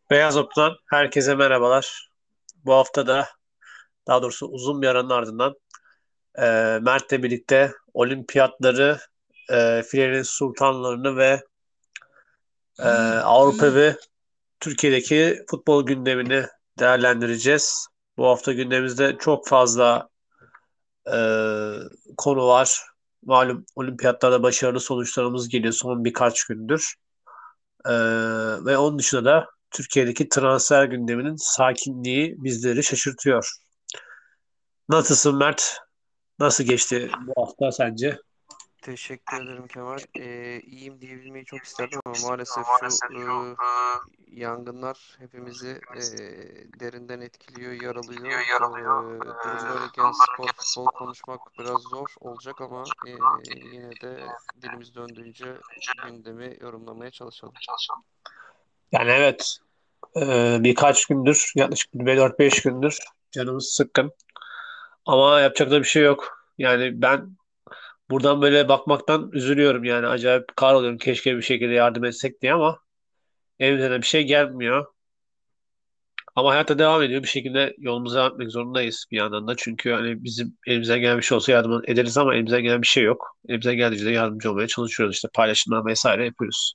Beyaz Ok'tan herkese merhabalar. Bu hafta da daha doğrusu uzun bir aranın ardından Mert'le birlikte olimpiyatları, filenin sultanlarını ve Avrupa ve Türkiye'deki futbol gündemini değerlendireceğiz. Bu hafta gündemimizde çok fazla e, konu var. Malum olimpiyatlarda başarılı sonuçlarımız geliyor son birkaç gündür. E, Ve onun dışında da Türkiye'deki transfer gündeminin sakinliği bizleri şaşırtıyor. Nasılsın Mert? Nasıl geçti bu hafta sence? Teşekkür ederim Kemal. İyiyim diyebilmeyi çok isterdim ama maalesef şu yangınlar hepimizi derinden etkiliyor, yaralıyor. Durum böyleyken spor, futbol konuşmak biraz zor olacak ama yine de dilimiz döndüğünce gündemi yorumlamaya çalışalım. Yani evet, birkaç gündür, yaklaşık 4-5 gündür canımız sıkkın. Ama yapacak da bir şey yok. Yani ben buradan böyle bakmaktan üzülüyorum yani. Acayip kahroluyorum. Keşke bir şekilde yardım etsek diye ama elimizden de bir şey gelmiyor. Ama hayatta devam ediyor. Bir şekilde yolumuza devam etmek zorundayız bir yandan da. Çünkü hani bizim elimizden gelen bir şey olsa yardım ederiz ama elimizden gelen bir şey yok. Elimizden geldiğince de yardımcı olmaya çalışıyoruz. İşte paylaşımlar vesaire yapıyoruz.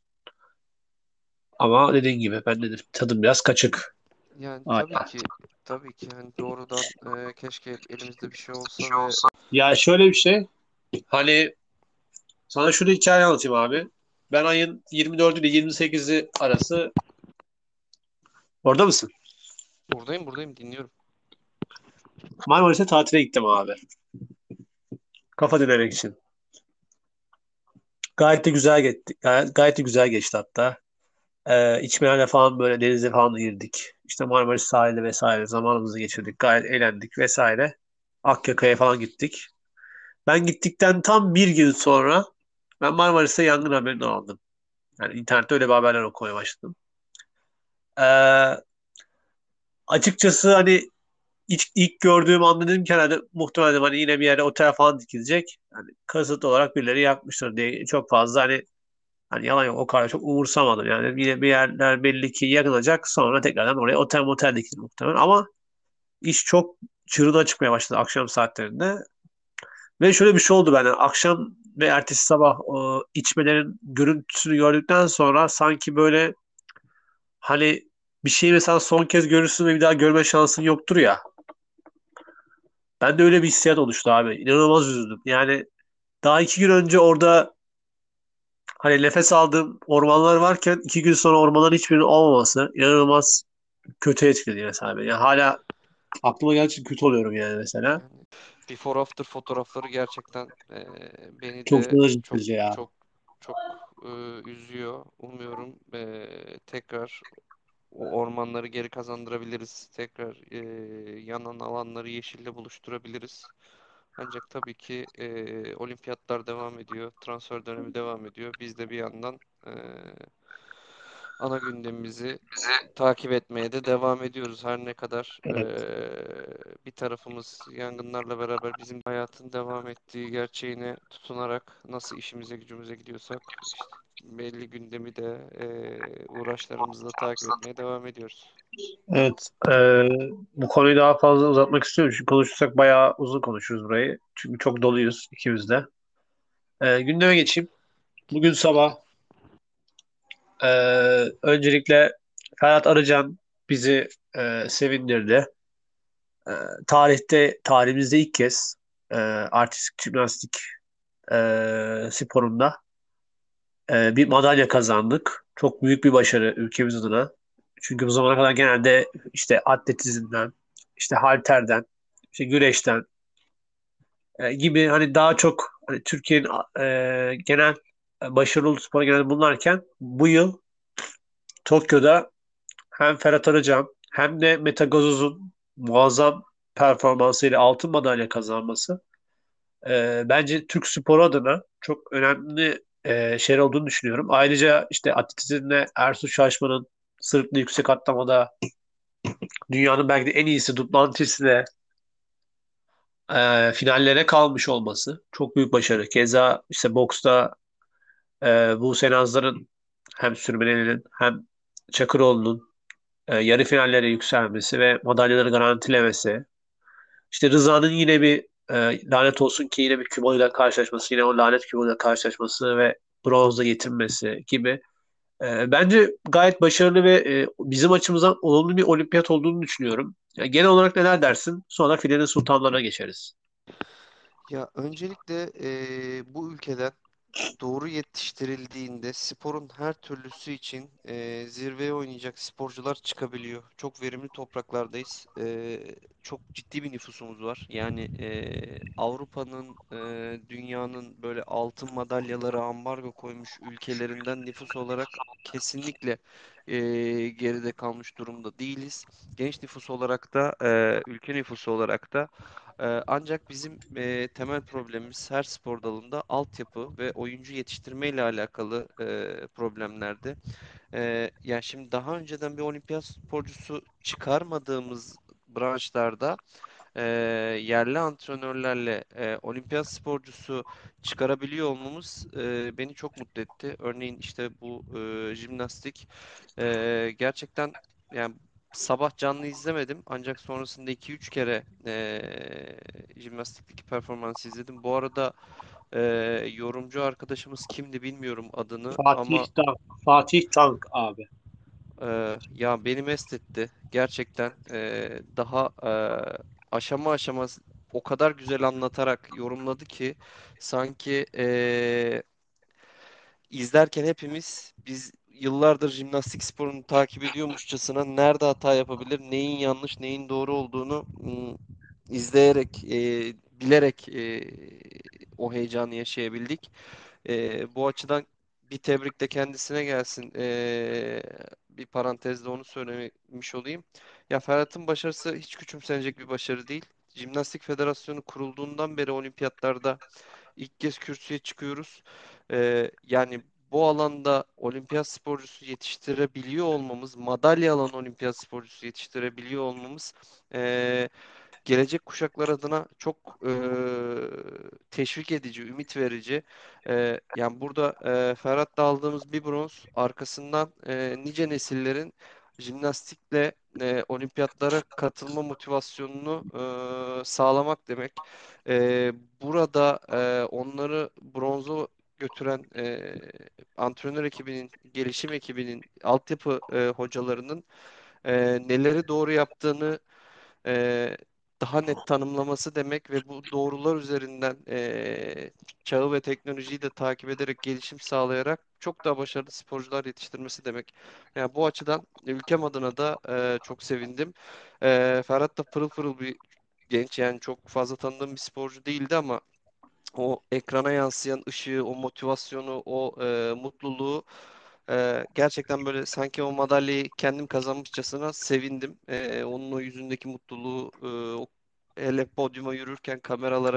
Ama dediğin gibi ben de tadım biraz kaçık. Yani tabii Hala. ki tabii ki hani doğrudan keşke elimizde bir şey olsa ve Ya şöyle bir şey. Hani sana şunu hikaye anlatayım abi. Ben ayın 24'ü ile 28'i arası orada mısın? buradayım dinliyorum. Marmaris'e tatile gittim abi. Kafa dinlemek için. Gayet de güzel geçti. Gayet de güzel geçti hatta. İçmelerle falan böyle denize falan girdik. İşte Marmaris sahili vesaire zamanımızı geçirdik. Gayet eğlendik vesaire. Akyaka'ya falan gittik. Ben gittikten tam bir gün sonra ben Marmaris'te yangın haberini aldım. Yani internette öyle bir haberler okumaya başladım. Ee, Açıkçası hani ilk gördüğüm anda dedim ki herhalde muhtemelen hani yine bir yere otel falan dikilecek. Yani kasıtlı olarak birileri yakmıştır diye çok fazla hani yalan yok o kadar çok umursamadım. Yani yine bir yerler belli ki yakılacak sonra tekrardan oraya motel dikilir muhtemelen. Ama iş çok çığırına çıkmaya başladı akşam saatlerinde. Ve şöyle bir şey oldu ben. Yani akşam ve ertesi sabah o içmelerin görüntüsünü gördükten sonra sanki böyle hani bir şeyi mesela son kez görürsün ve bir daha görme şansın yoktur ya. Ben de öyle bir hissiyat oluştu abi. İnanılmaz üzüldüm. Yani daha 2 gün önce orada hani nefes aldığım ormanlar varken 2 gün sonra ormanların hiçbirinin olmaması inanılmaz kötü etkiledi mesela beni. Yani hala aklıma gerçekten kötü oluyorum yani mesela. Yani before after fotoğrafları gerçekten beni Çok de canı çok acıtıcı ya. çok çok üzüyor. Umuyorum tekrar o ormanları geri kazandırabiliriz. Tekrar yanan alanları yeşille buluşturabiliriz. Ancak tabii ki olimpiyatlar devam ediyor. Transfer dönemi devam ediyor. Biz de bir yandan ana gündemimizi takip etmeye de devam ediyoruz. Her ne kadar Evet. bir tarafımız yangınlarla beraber bizim hayatın devam ettiği gerçeğine tutunarak nasıl işimize gücümüze gidiyorsak işte belli gündemi de uğraşlarımızı da takip etmeye devam ediyoruz. Evet. Bu konuyu daha fazla uzatmak istiyorum. Çünkü konuşursak bayağı uzun konuşuruz burayı. Çünkü çok doluyuz ikimiz de. Gündeme geçeyim. Bugün sabah e, öncelikle Ferhat Arıcan bizi sevindirdi. E, tarihimizde ilk kez artistik jimnastik sporunda bir madalya kazandık. Çok büyük bir başarı ülkemiz adına. Çünkü bu zamana kadar genelde işte atletizmden, işte halterden, işte güreşten gibi hani daha çok hani Türkiye'nin genel başarılı sporu genel bunlarken bu yıl Tokyo'da hem Ferhat Arıcan hem de Mete Gazoz'un muazzam performansıyla altın madalya kazanması bence Türk sporu adına çok önemli şey olduğunu düşünüyorum. Ayrıca işte atletizmde Ertuğrul Şaşman'ın sırıkla yüksek atlamada dünyanın belki de en iyisi Duplantis'le finallere kalmış olması çok büyük başarı. Keza işte boksta Buse Nazlar'ın hem Sürmeneli'nin hem Çakıroğlu'nun yarı finallere yükselmesi ve madalyaları garantilemesi. İşte Rıza'nın yine bir lanet olsun ki yine bir Küba ile karşılaşması, yine o lanet Küba ile karşılaşması ve bronzla yetinmesi gibi. Bence gayet başarılı ve bizim açımızdan olumlu bir olimpiyat olduğunu düşünüyorum. Yani genel olarak neler dersin? Sonra filenin sultanlarına geçeriz. Ya öncelikle bu ülkeden doğru yetiştirildiğinde sporun her türlüsü için zirveye oynayacak sporcular çıkabiliyor. Çok verimli topraklardayız. Çok ciddi bir nüfusumuz var. Yani Avrupa'nın, dünyanın böyle altın madalyalara ambargo koymuş ülkelerinden nüfus olarak kesinlikle geride kalmış durumda değiliz. Genç nüfus olarak da, ülke nüfusu olarak da. Ancak bizim temel problemimiz her spor dalında altyapı ve oyuncu yetiştirme ile alakalı problemlerdi. Yani şimdi daha önceden bir olimpiyat sporcusu çıkarmadığımız branşlarda e, yerli antrenörlerle olimpiyat sporcusu çıkarabiliyor olmamız beni çok mutlu etti. Örneğin işte bu jimnastik gerçekten, yani sabah canlı izlemedim ancak sonrasında iki üç kere jimnastikteki performansı izledim. Bu arada e, yorumcu arkadaşımız kimdi bilmiyorum adını Fatih ama Tank. Fatih Tank abi. ya beni mest etti. Gerçekten daha aşama aşama o kadar güzel anlatarak yorumladı ki sanki izlerken hepimiz biz yıllardır jimnastik sporunu takip ediyormuşçasına nerede hata yapabilir, neyin yanlış, neyin doğru olduğunu izleyerek, bilerek o heyecanı yaşayabildik. Bu açıdan bir tebrik de kendisine gelsin. Bir parantezde onu söylemiş olayım. Ya Ferhat'ın başarısı hiç küçümsenecek bir başarı değil. Jimnastik Federasyonu kurulduğundan beri olimpiyatlarda ilk kez kürsüye çıkıyoruz. Yani bu alanda olimpiyat sporcusu yetiştirebiliyor olmamız, madalya alan olimpiyat sporcusu yetiştirebiliyor olmamız gelecek kuşaklar adına çok teşvik edici, ümit verici. Yani burada Ferhat'la aldığımız bir bronz arkasından nice nesillerin jimnastikle olimpiyatlara katılma motivasyonunu sağlamak demek. E, Burada onları bronza götüren antrenör ekibinin, gelişim ekibinin, altyapı hocalarının neleri doğru yaptığını e, daha net tanımlaması demek ve bu doğrular üzerinden çağı ve teknolojiyi de takip ederek gelişim sağlayarak çok daha başarılı sporcular yetiştirmesi demek. Yani bu açıdan ülkem adına da çok sevindim. Ferhat da pırıl pırıl bir genç, yani çok fazla tanıdığım bir sporcu değildi ama o ekrana yansıyan ışığı, o motivasyonu, o mutluluğu gerçekten böyle sanki o madalyayı kendim kazanmışçasına sevindim. Onun o yüzündeki mutluluğu, hele podyuma yürürken kameralara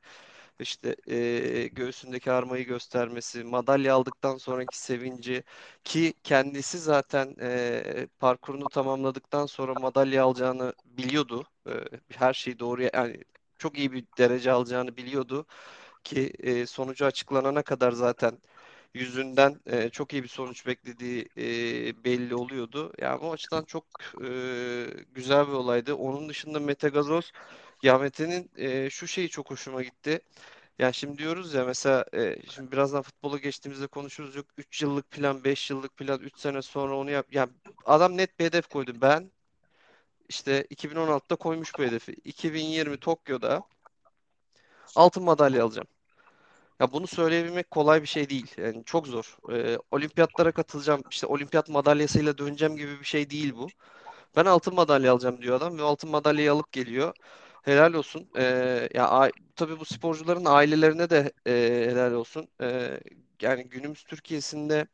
işte göğsündeki armayı göstermesi, madalya aldıktan sonraki sevinci ki kendisi zaten parkurunu tamamladıktan sonra madalya alacağını biliyordu. Her şeyi doğru, yani çok iyi bir derece alacağını biliyordu ki sonucu açıklanana kadar zaten yüzünden çok iyi bir sonuç beklediği belli oluyordu. Yani bu açıdan çok güzel bir olaydı. Onun dışında Mete Gazoz, ya Mete'nin şu şeyi çok hoşuma gitti. Ya şimdi diyoruz ya mesela, şimdi birazdan futbola geçtiğimizde konuşuruz. Yok 3 yıllık plan, 5 yıllık plan, 3 sene sonra onu yap. Ya adam net bir hedef koydu. Ben işte 2016'da koymuş bu hedefi. 2020 Tokyo'da altın madalya alacağım. Ya bunu söyleyebilmek kolay bir şey değil. Yani çok zor. Olimpiyatlara katılacağım, işte olimpiyat madalyasıyla döneceğim gibi bir şey değil bu. Ben altın madalya alacağım diyor adam ve altın madalyayı alıp geliyor. Helal olsun. Ya tabii bu sporcuların ailelerine de helal olsun. Yani günümüz Türkiye'sinde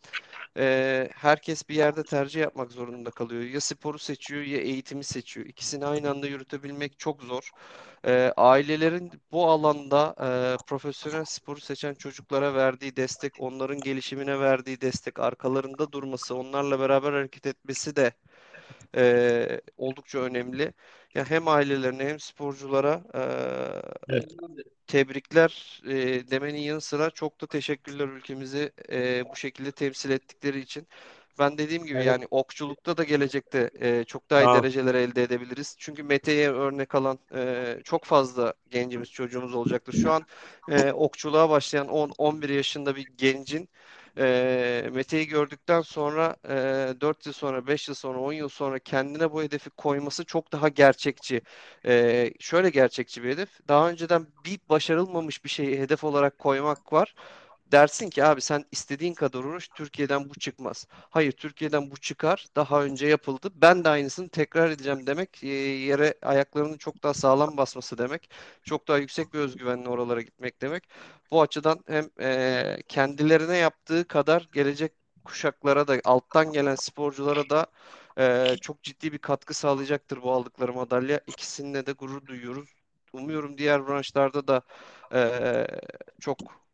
herkes bir yerde tercih yapmak zorunda kalıyor. Ya sporu seçiyor ya eğitimi seçiyor. İkisini aynı anda yürütebilmek çok zor. Ailelerin bu alanda profesyonel sporu seçen çocuklara verdiği destek, onların gelişimine verdiği destek, arkalarında durması, onlarla beraber hareket etmesi de oldukça önemli. Ya hem ailelerine hem sporculara Evet. tebrikler demenin yanı sıra çok da teşekkürler ülkemizi bu şekilde temsil ettikleri için. Ben dediğim gibi Evet. yani okçulukta da gelecekte çok daha iyi Tamam. dereceler elde edebiliriz. Çünkü Mete'ye örnek alan çok fazla gencimiz, çocuğumuz olacaktır. Şu an okçuluğa başlayan 10-11 yaşında bir gencin Mete'yi gördükten sonra 4 yıl sonra, 5 yıl sonra, 10 yıl sonra kendine bu hedefi koyması çok daha gerçekçi. Şöyle gerçekçi bir hedef. Daha önceden bir başarılmamış bir şeyi hedef olarak koymak var. Dersin ki abi sen istediğin kadar uğraş, Türkiye'den bu çıkmaz. Hayır, Türkiye'den bu çıkar. Daha önce yapıldı. Ben de aynısını tekrar edeceğim demek. Yere ayaklarının çok daha sağlam basması demek. Çok daha yüksek bir özgüvenle oralara gitmek demek. Bu açıdan hem kendilerine yaptığı kadar gelecek kuşaklara da, alttan gelen sporculara da çok ciddi bir katkı sağlayacaktır bu aldıkları madalya. İkisinde de gurur duyuyoruz. Umuyorum diğer branşlarda da e, çok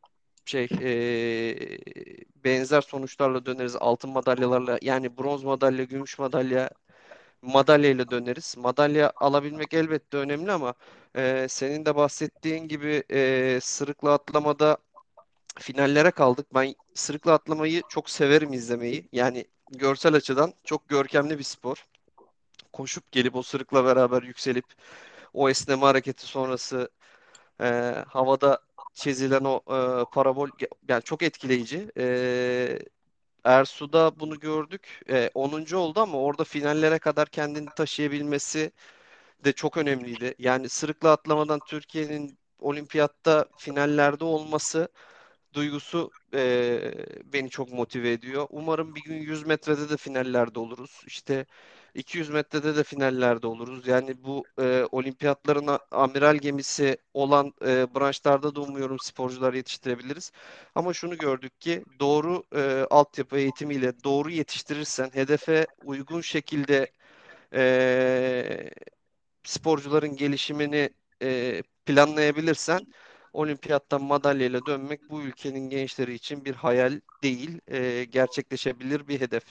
benzer sonuçlarla döneriz. Altın madalyalarla, yani bronz madalya, gümüş madalya, madalyayla döneriz. Madalya alabilmek elbette önemli ama senin de bahsettiğin gibi sırıkla atlamada finallere kaldık. Ben sırıkla atlamayı çok severim izlemeyi. Yani görsel açıdan çok görkemli bir spor. Koşup gelip o sırıkla beraber yükselip o esneme hareketi sonrası e, havada çizilen o parabol, yani çok etkileyici. Ersu'da bunu gördük. 10. oldu ama orada finallere kadar kendini taşıyabilmesi de çok önemliydi. Yani sırıkla atlamadan Türkiye'nin olimpiyatta finallerde olması duygusu beni çok motive ediyor. Umarım bir gün 100 metrede de finallerde oluruz. İşte 200 metrede de finallerde oluruz. Yani bu olimpiyatların amiral gemisi olan branşlarda da umuyorum sporcular yetiştirebiliriz. Ama şunu gördük ki doğru altyapı eğitimiyle doğru yetiştirirsen, hedefe uygun şekilde e, sporcuların gelişimini planlayabilirsen olimpiyattan madalyayla dönmek bu ülkenin gençleri için bir hayal değil, gerçekleşebilir bir hedef.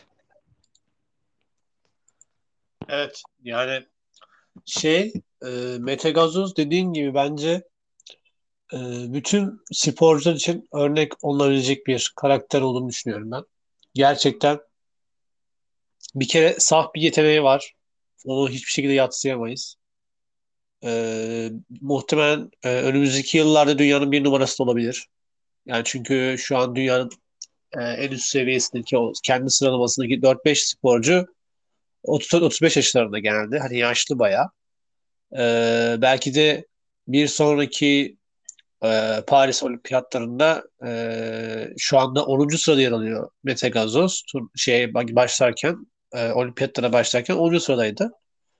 Evet. Yani şey Mete Gazoz dediğin gibi bence bütün sporcular için örnek olunabilecek bir karakter olduğunu düşünüyorum ben. Gerçekten bir kere saf bir yeteneği var. Onu hiçbir şekilde yadsıyamayız. Muhtemelen önümüzdeki yıllarda dünyanın bir numarası da olabilir. Yani çünkü şu an dünyanın en üst seviyesindeki o kendi sıralamasındaki 4-5 sporcu 30-35 yaşlarında genelde. Hani yaşlı bayağı. Belki de bir sonraki Paris Olimpiyatlarında şu anda 10. sırada yer alıyor Mete Gazoz. Başlarken olimpiyatlara başlarken 10. sıradaydı.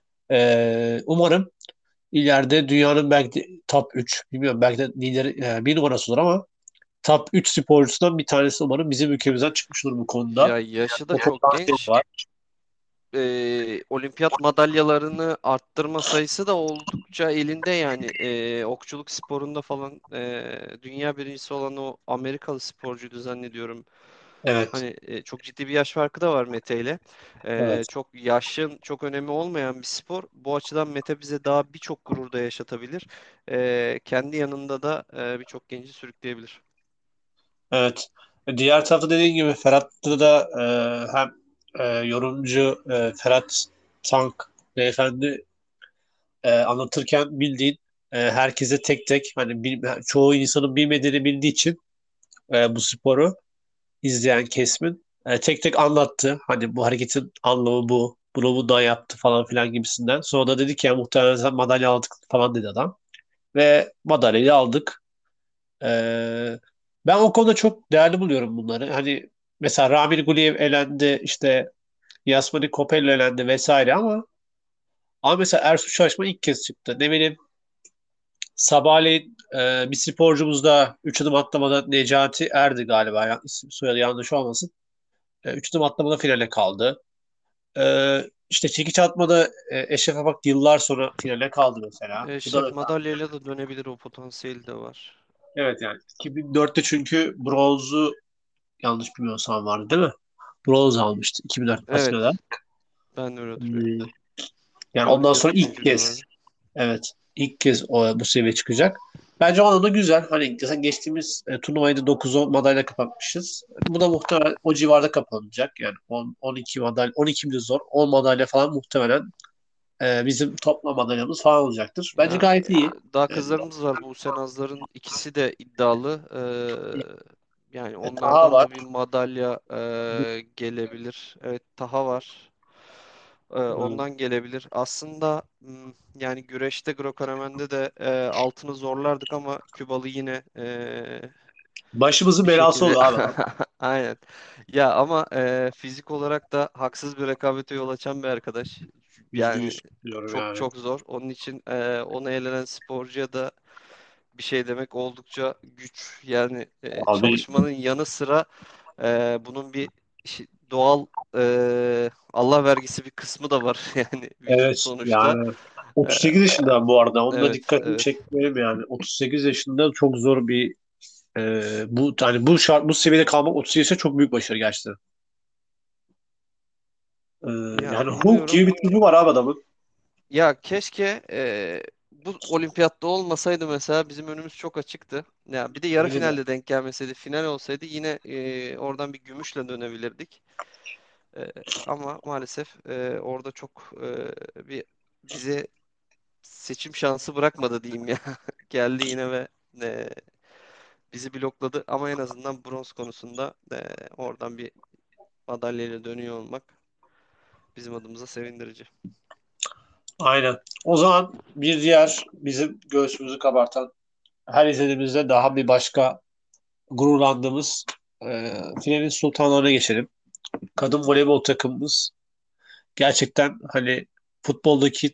Umarım ileride dünyanın belki de top 3 bilmiyorum belki de lider, bir numarası olur ama top 3 sporcusundan bir tanesi umarım bizim ülkemizden çıkmış olur bu konuda. Ya yaşı da O çok potansiyeli genç. var. Olimpiyat madalyalarını arttırma sayısı da oldukça elinde yani. Okçuluk sporunda falan dünya birincisi olan o Amerikalı sporcuydu zannediyorum. Evet. Hani çok ciddi bir yaş farkı da var Mete ile. Evet. Çok yaşın çok önemi olmayan bir spor. Bu açıdan Mete bize daha birçok gurur da yaşatabilir. Kendi yanında da birçok genci sürükleyebilir. Evet. Diğer tarafta dediğin gibi Ferhat'ta da hem yorumcu Ferhat Tank beyefendi anlatırken bildiğin herkese tek tek hani çoğu insanın bilmediğini bildiği için bu sporu izleyen kesimin tek tek anlattı. Hani bu hareketin anlamı bu. Bunu bu da yaptı falan filan gibisinden. Sonra da dedi ki ya muhtemelen sen madalya aldık falan dedi adam. Ve madalyayı aldık. Ee, Ben o konuda çok değerli buluyorum bunları. Hani mesela Ramil Guliyev elendi, işte Yasmani Kopello elendi vesaire ama mesela Ersun Şaşma ilk kez çıktı. Ne bileyim sabahleyin bir sporcumuz da 3 adım atlamada Necati Erdi galiba. İsim soyadı yanlış olmasın. 3 adım atlamada finale kaldı. İşte çekiç atmada Eşref Afak yıllar sonra finale kaldı mesela. Bu da Şef madalyayla da dönebilir, o potansiyeli de var. evet yani 2004'te çünkü bronzu yanlış bilmiyorsam vardı değil mi? Bronz almıştı 2004 Atina'da. Evet, ben de öyle hatırlıyorum. Ee, Yani ondan Olimpiyat sonra ilk üçüncülüğü kez vardı. evet ilk kez bu seviyeye çıkacak. Bence o anlamda güzel. Hani mesela geçtiğimiz turnuvayı da 9-10 madalya kapatmışız. Bu da muhtemelen o civarda kapanacak. Yani 10, 12 madalya, 12 bile zor. 10 madalya falan muhtemelen bizim toplam madalyamız falan olacaktır. Bence Ya, gayet iyi. daha E, kızlarımız var. Buse Nazlar'ın ikisi de iddialı. Yani Taha onlardan var. da bir madalya gelebilir. Evet, Taha var. E, Ondan gelebilir. Aslında yani güreşte Greco-Romen'de de altını zorlardık ama Kübalı yine Başımızın bir belası şekilde oldu abi adam. aynen. Ya ama fizik olarak da haksız bir rekabete yol açan bir arkadaş. Yüzde Yani yüz diyorum çok yani. çok zor. Onun için ona elenen sporcuya da bir şey demek oldukça güç. Yani Abi çalışmanın yanı sıra bunun bir doğal Allah vergisi bir kısmı da var. Yani vücut evet sonuçta. yani E, 38 yaşında bu arada. Onun da evet, dikkatini evet. çekmeyelim yani. 38 yaşında çok zor bir bu hani bu şart bu seviyede kalmak 38 yaşında çok büyük başarı gerçekten. E, Ya Yani Hulk umuyorum. gibi bir tipi var abi adamın. Ya keşke bu olimpiyatta olmasaydı mesela bizim önümüz çok açıktı. Ya bir de yarı Bence de. finalde denk gelmeseydi, final olsaydı yine oradan bir gümüşle dönebilirdik. E, Ama maalesef orada çok bize seçim şansı bırakmadı diyeyim ya. Geldi yine ve e, bizi blokladı ama en azından bronz konusunda oradan bir madalyayla dönüyor olmak bizim adımıza sevindirici. Aynen. O zaman bir diğer bizim göğsümüzü kabartan her izlediğimizde daha bir başka gururlandığımız finalin sultanlarına geçelim. Kadın voleybol takımımız gerçekten hani futboldaki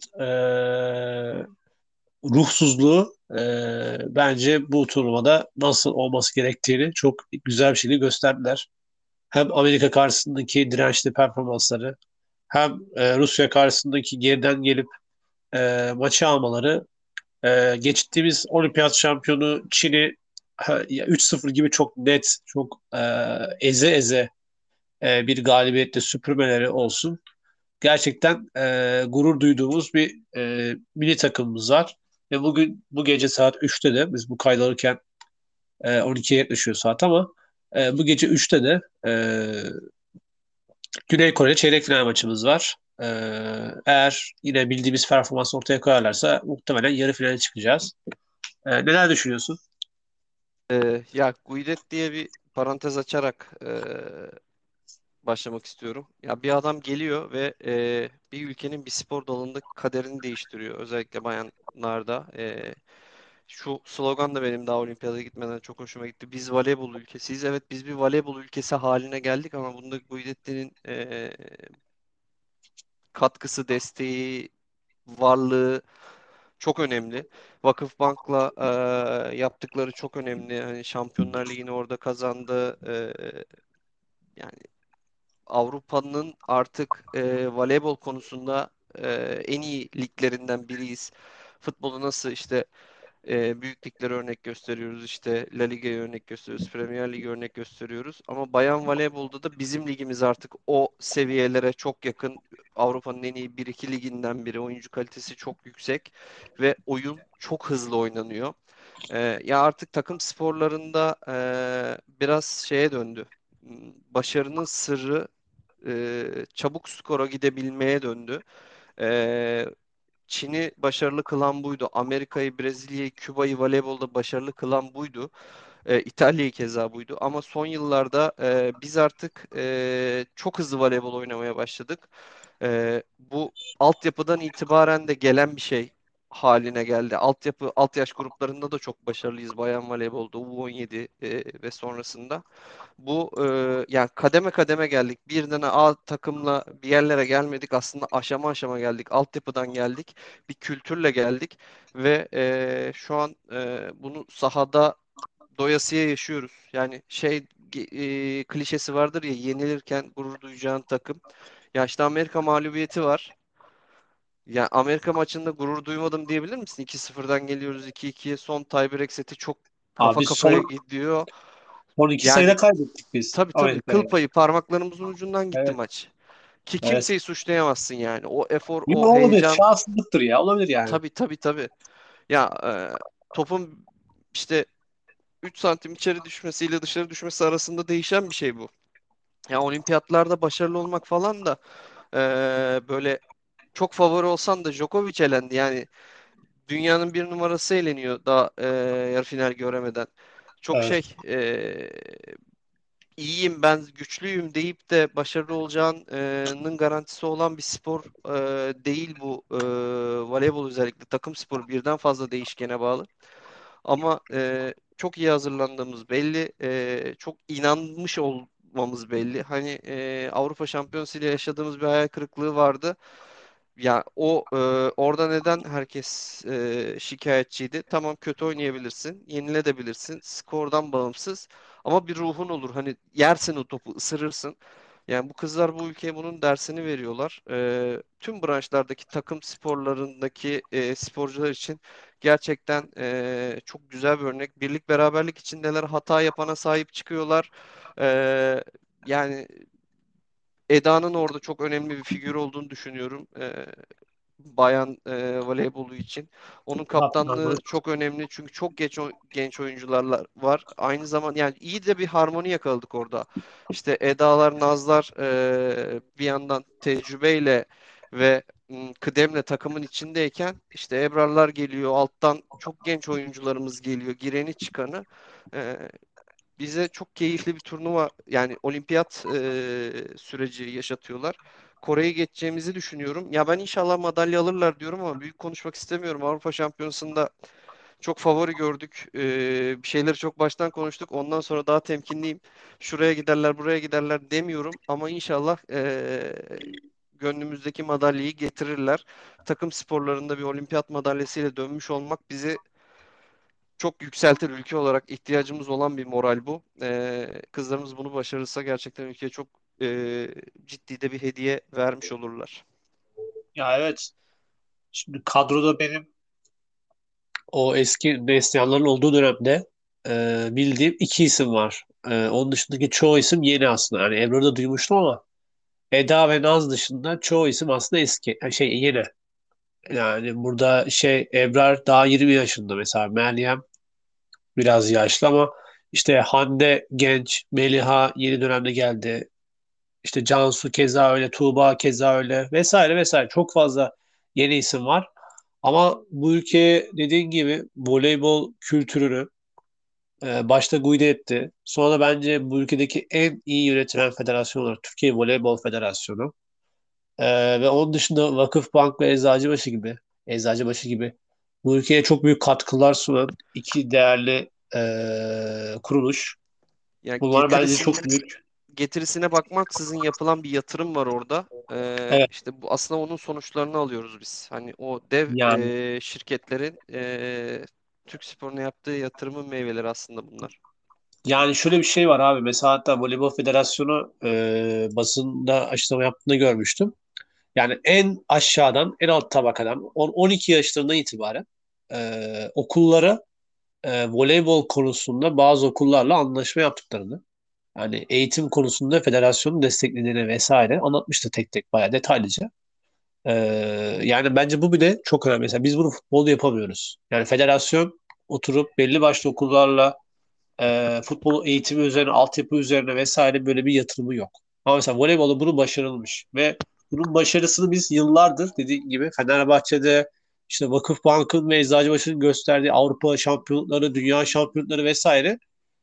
ruhsuzluğu bence bu turnuvada nasıl olması gerektiğini çok güzel bir şekilde gösterdiler. Hem Amerika karşısındaki dirençli performansları hem Rusya karşısındaki geriden gelip maçı almaları geçtiğimiz olimpiyat şampiyonu Çin'i 3-0 gibi çok net, çok eze eze bir galibiyetle süpürmeleri olsun. Gerçekten gurur duyduğumuz bir milli takımımız var. Ve bugün bu gece saat 3'te de biz bu kaydı alırken 12'ye yaklaşıyor saat ama bu gece 3'te de Güney Kore çeyrek final maçımız var. Eğer yine bildiğimiz performans ortaya koyarlarsa muhtemelen yarı finale çıkacağız. Neler düşünüyorsun? Ya Guidet diye bir parantez açarak başlamak istiyorum. Ya bir adam geliyor ve bir ülkenin bir spor dalında kaderini değiştiriyor. Özellikle bayanlarda. Şu slogan da benim daha olimpiyata gitmeden çok hoşuma gitti. Biz voleybol ülkesiyiz. Evet, biz bir voleybol ülkesi haline geldik ama bunda Guidetti'nin katkısı, desteği, varlığı çok önemli. Vakıfbank'la yaptıkları çok önemli. Hani Şampiyonlar Ligi'ni orada kazandı. Yani Avrupa'nın artık voleybol konusunda en iyi liglerinden biriyiz. Futbolu nasıl işte büyük liglere örnek gösteriyoruz, işte La Liga'ya örnek gösteriyoruz, Premier Lig'e örnek gösteriyoruz. Ama bayan voleybolda da bizim ligimiz artık o seviyelere çok yakın. Avrupa'nın en iyi bir iki liginden biri. Oyuncu kalitesi çok yüksek ve oyun çok hızlı oynanıyor. Ya artık takım sporlarında biraz şeye döndü. Başarının sırrı çabuk skora gidebilmeye döndü. E, Çin'i başarılı kılan buydu. Amerika'yı, Brezilya'yı, Küba'yı voleybolda başarılı kılan buydu. İtalya'yı keza buydu. Ama son yıllarda biz artık çok hızlı voleybol oynamaya başladık. Bu altyapıdan itibaren de gelen bir şey haline geldi. Altyapı, alt yaş gruplarında da çok başarılıyız bayan voleybolda, U17 ve sonrasında. Bu yani kademe kademe geldik. Birden A takımla bir yerlere gelmedik. Aslında aşama aşama geldik. Altyapıdan geldik. Bir kültürle geldik ve şu an bunu sahada doyasıya yaşıyoruz. Yani klişesi vardır ya, yenilirken gurur duyacağın takım. Ya işte Amerika mağlubiyeti var. Ya Amerika maçında gurur duymadım diyebilir misin? 2-0'dan geliyoruz 2-2'ye. Son tiebreak seti çok kafa Abi kafaya son gidiyor. 12 sayıda Yani kaybettik biz tabii tabii, kıl Amerika'ya. payı parmaklarımızın ucundan gitti Evet, maç. Ki evet. kimseyi suçlayamazsın yani. O efor, Yine o olabilir. heyecan, Şanssızlıktır ya. Olabilir yani. tabii tabii tabii. Ya topun işte 3 santim içeri düşmesiyle dışarı düşmesi arasında değişen bir şey bu. Ya olimpiyatlarda başarılı olmak falan da böyle çok favori olsan da Djokovic elendi. Yani dünyanın bir numarası eleniyor daha yarı final göremeden. Çok Evet. şey iyiyim ben güçlüyüm deyip de başarılı olacağının garantisi olan bir spor değil bu. Voleybol özellikle takım sporu birden fazla değişkene bağlı. Ama çok iyi hazırlandığımız belli. Çok inanmış olmamız belli. Hani Avrupa Şampiyonası ile yaşadığımız bir hayal kırıklığı vardı. Ya o orada neden herkes şikayetçiydi? Tamam kötü oynayabilirsin, yenilebilirsin, skordan bağımsız. Ama bir ruhun olur. Hani yersin o topu, ısırırsın. Yani bu kızlar bu ülkeye bunun dersini veriyorlar. Tüm branşlardaki takım sporlarındaki sporcular için gerçekten çok güzel bir örnek. Birlik beraberlik içindeler. Hata yapana sahip çıkıyorlar. E, Yani Eda'nın orada çok önemli bir figür olduğunu düşünüyorum. Bayan voleybolu için. Onun Kaptanlığı. kaptanlığı çok önemli çünkü çok genç oyuncular var. Aynı zaman yani iyi de bir harmoni yakaladık orada. İşte Eda'lar, Nazlar bir yandan tecrübeyle ve kıdemle takımın içindeyken işte Ebrarlar geliyor, alttan çok genç oyuncularımız geliyor, gireni çıkanı. E, Bize çok keyifli bir turnuva yani olimpiyat süreci yaşatıyorlar. Kore'yi geçeceğimizi düşünüyorum. Ya ben inşallah madalya alırlar diyorum ama büyük konuşmak istemiyorum. Avrupa Şampiyonası'nda çok favori gördük. Bir şeyleri çok baştan konuştuk. Ondan sonra daha temkinliyim. Şuraya giderler, buraya giderler demiyorum. Ama inşallah gönlümüzdeki madalyayı getirirler. Takım sporlarında bir olimpiyat madalyasıyla dönmüş olmak bizi çok yükseltir ülke olarak ihtiyacımız olan bir moral bu. Kızlarımız bunu başarırsa gerçekten ülkeye çok ciddi de bir hediye vermiş olurlar. Ya evet. Şimdi kadroda benim o eski Neslihanların olduğu dönemde bildiğim iki isim var. Onun dışındaki çoğu isim yeni aslında. Yani Ebru'yu da duymuştum ama Eda ve Naz dışında çoğu isim aslında eski. Şey yeni. Yani burada şey Ebrar daha 20 yaşında mesela. Meryem biraz yaşlı ama işte Hande genç. Meliha yeni dönemde geldi. İşte Cansu keza öyle. Tuğba keza öyle. Vesaire vesaire. Çok fazla yeni isim var. Ama bu ülkeye dediğin gibi voleybol kültürünü başta Guide etti. Sonra da bence bu ülkedeki en iyi yönetilen federasyon olarak Türkiye Voleybol Federasyonu. Ve onun dışında Vakıfbank ve Eczacıbaşı gibi bu ülkeye çok büyük katkılar sunan iki değerli kuruluş. Yani Bunlar bence çok büyük. getirisine bakmaksızın yapılan bir yatırım var orada. Evet, İşte bu aslında onun sonuçlarını alıyoruz biz. Hani o dev yani şirketlerin Türk sporuna yaptığı yatırımın meyveleri aslında bunlar. şöyle bir şey var abi. Mesela hatta Voleybol Federasyonu basında açıklama yaptığını görmüştüm. Yani en aşağıdan, en alt tabakadan 10-12 yaşlarından itibaren okullara voleybol konusunda bazı okullarla anlaşma yaptıklarını, yani eğitim konusunda federasyonun desteklediğini vesaire anlatmıştı tek tek bayağı detaylıca. E, Yani bence bu bile çok önemli. Mesela biz bunu futbolda yapamıyoruz. Yani federasyon oturup belli başlı okullarla futbol eğitimi üzerine, altyapı üzerine vesaire böyle bir yatırımı yok. Ama mesela voleybolda bunu başarılmış ve bunun başarısını biz yıllardır dediğim gibi Fenerbahçe'de işte Vakıfbank'ın ve Eczacıbaşı'nın gösterdiği Avrupa şampiyonlukları, dünya şampiyonlukları vesaire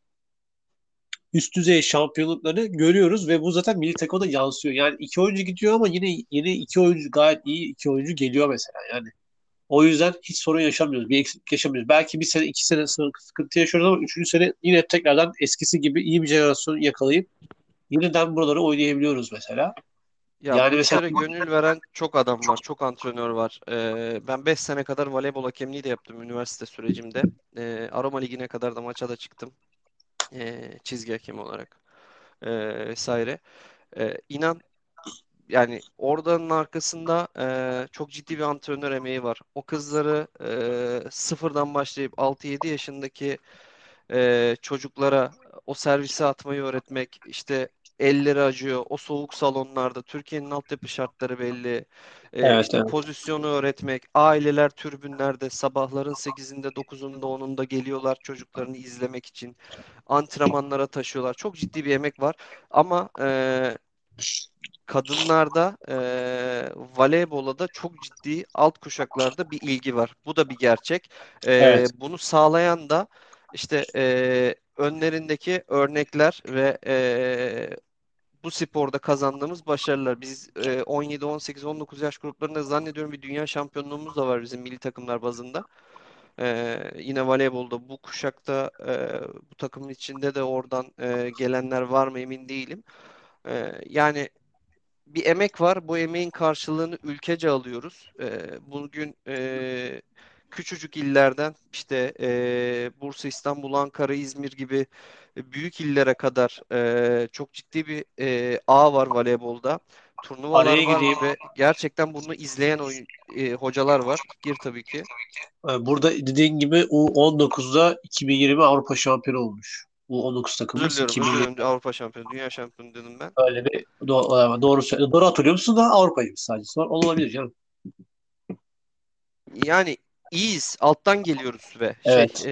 üst düzey şampiyonlukları görüyoruz ve bu zaten milli takıma da yansıyor. Yani iki oyuncu gidiyor ama yine iki oyuncu gayet iyi iki oyuncu geliyor mesela. Yani o yüzden hiç sorun yaşamıyoruz. Bir eksiklik yaşamıyoruz. Belki bir sene, iki sene sıkıntı yaşıyoruz ama üçüncü sene yine tekrardan eskisi gibi iyi bir jenerasyon yakalayıp yeniden buraları oynayabiliyoruz mesela. Ya Yani bu mesela işlere gönül veren çok adam var, çok antrenör var. Ben 5 sene kadar voleybol hakemliği de yaptım üniversite sürecimde. Aroma Ligi'ne kadar da maça da çıktım. Çizgi hakemi olarak vesaire. İnan yani oradanın arkasında çok ciddi bir antrenör emeği var. O kızları sıfırdan başlayıp 6-7 yaşındaki çocuklara o servisi atmayı öğretmek, işte elleri acıyor. O soğuk salonlarda Türkiye'nin altyapı şartları belli. Evet, İşte evet. pozisyonu öğretmek, aileler tribünlerde sabahların 8'inde 9'unda 10'unda geliyorlar çocuklarını izlemek için. Antrenmanlara taşıyorlar. Çok ciddi bir emek var. Ama kadınlarda voleybola da çok ciddi alt kuşaklarda bir ilgi var. Bu da bir gerçek. Evet. Bunu sağlayan da işte önlerindeki örnekler ve bu sporda kazandığımız başarılar. Biz 17, 18, 19 yaş gruplarında zannediyorum bir dünya şampiyonluğumuz da var bizim milli takımlar bazında. Yine voleybolda bu kuşakta bu takımın içinde de oradan gelenler var mı emin değilim. Yani bir emek var. Bu emeğin karşılığını ülkece alıyoruz. Bugün küçücük illerden işte Bursa, İstanbul, Ankara, İzmir gibi büyük illere kadar çok ciddi bir ağ var voleybolda. Turnuvalar Araya var gireyim. ve gerçekten bunu izleyen hocalar var. Gir tabii ki. Burada dediğin gibi U19'da 2020 Avrupa şampiyonu olmuş. U19 takımımız Özür 2020. dilerim. Avrupa şampiyonu, dünya şampiyonu dedim ben. Öyle bir doğru hatırlıyor musun da Avrupa'yı sadece sor. Olabilir canım. Yani iyiyiz. Alttan geliyoruz ve Evet.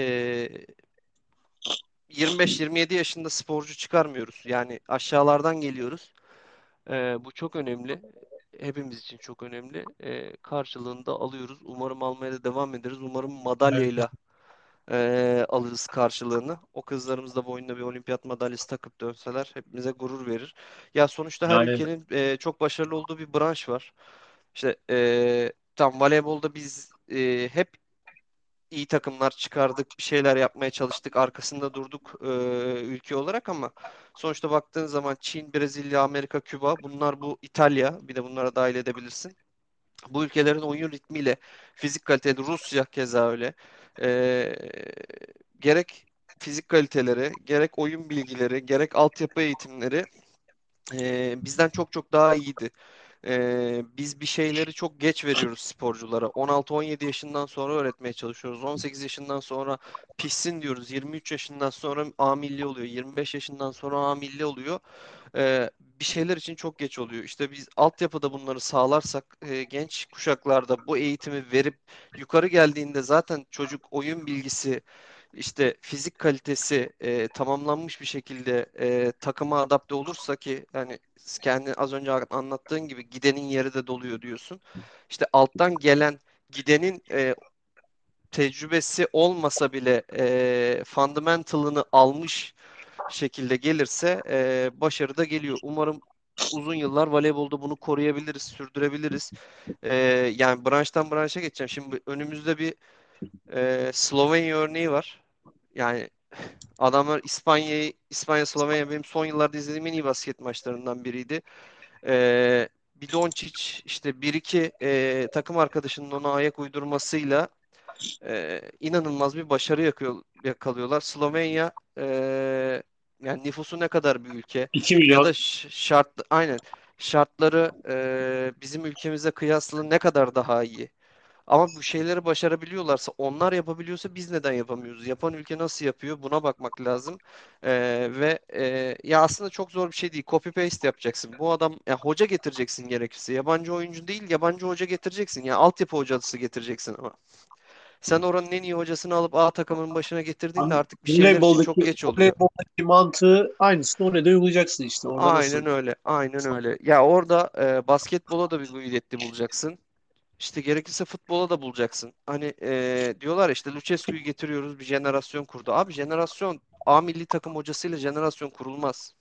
25-27 yaşında sporcu çıkarmıyoruz. Yani aşağılardan geliyoruz. Bu çok önemli. Hepimiz için çok önemli. Karşılığında alıyoruz. Umarım almaya da devam ederiz. Umarım Evet. madalyayla alırız karşılığını. O kızlarımız da boynuna bir olimpiyat madalyası takıp dönseler hepimize gurur verir. Ya sonuçta her Yani ülkenin çok başarılı olduğu bir branş var. İşte tam voleybolda biz hep iyi takımlar çıkardık, bir şeyler yapmaya çalıştık, arkasında durduk ülke olarak ama sonuçta baktığın zaman Çin, Brezilya, Amerika, Küba bunlar bu İtalya bir de bunlara dahil edebilirsin. Bu ülkelerin oyun ritmiyle fizik kaliteli Rusya keza öyle. E, Gerek fizik kaliteleri, gerek oyun bilgileri, gerek altyapı eğitimleri bizden çok çok daha iyiydi. Biz bir şeyleri çok geç veriyoruz sporculara. 16-17 yaşından sonra öğretmeye çalışıyoruz. 18 yaşından sonra pişsin diyoruz. 23 yaşından sonra A milli oluyor. 25 yaşından sonra A milli oluyor. Bir şeyler için çok geç oluyor. İşte biz altyapıda bunları sağlarsak genç kuşaklarda bu eğitimi verip yukarı geldiğinde zaten çocuk oyun bilgisi işte fizik kalitesi tamamlanmış bir şekilde takıma adapte olursa ki yani kendi az önce anlattığın gibi gidenin yeri de doluyor diyorsun. İşte alttan gelen gidenin tecrübesi olmasa bile fundamental'ını almış şekilde gelirse başarı da geliyor. Umarım uzun yıllar voleybolda bunu koruyabiliriz, sürdürebiliriz. Yani branştan branşa geçeceğim. Şimdi önümüzde bir Slovenya örneği var. Yani adamlar İspanya, Slovenya benim son yıllarda izlediğim en iyi basket maçlarından biriydi. Bir Doncic işte bir iki takım arkadaşının ona ayak uydurmasıyla inanılmaz bir başarı yakalıyorlar. Slovenya yani nüfusu ne kadar bir ülke 2 ya da milyon. aynen şartları bizim ülkemize kıyasla ne kadar daha iyi. Ama bu şeyleri başarabiliyorlarsa, onlar yapabiliyorsa biz neden yapamıyoruz? Yapan ülke nasıl yapıyor? Buna bakmak lazım. Ve ya aslında çok zor bir şey değil. Copy paste yapacaksın. Bu adam ya hoca getireceksin gerekirse. Yabancı oyuncu değil, yabancı hoca getireceksin. Yani altyapı hocası getireceksin ama. Sen oranın en iyi hocasını alıp A takımının başına getirdiğinde artık bir şeyler için çok geç oluyor. Voleyboldaki mantığı aynısını oraya da uygulayacaksın işte. Orada nasıl? Aynen öyle. Aynen öyle. Ya orada basketbola da bir kıymetli bulacaksın. İşte gerekirse futbola da bulacaksın. Hani diyorlar ya işte Lucescu'yu getiriyoruz bir jenerasyon kurdu. Abi jenerasyon A milli takım hocasıyla jenerasyon kurulmaz.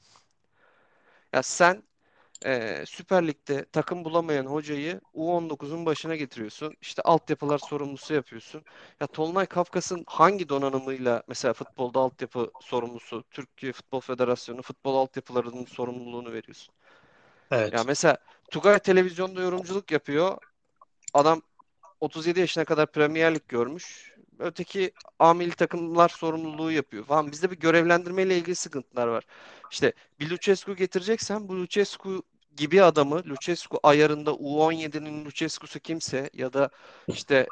Ya sen Süper Lig'de takım bulamayan hocayı U19'un başına getiriyorsun. İşte altyapılar sorumlusu yapıyorsun. Ya Tolunay Kafkas'ın hangi donanımıyla mesela futbolda altyapı sorumlusu, Türkiye Futbol Federasyonu futbol altyapılarının sorumluluğunu veriyorsun. Ya Evet. mesela Tugay televizyonda yorumculuk yapıyor. Adam 37 yaşına kadar Premier Lig görmüş. Öteki A milli takımlar sorumluluğu yapıyor falan. Bizde bir görevlendirmeyle ilgili sıkıntılar var. İşte bir Lucescu getireceksen bu Lucescu gibi adamı Lucescu ayarında U17'nin Lucescu'su kimse ya da işte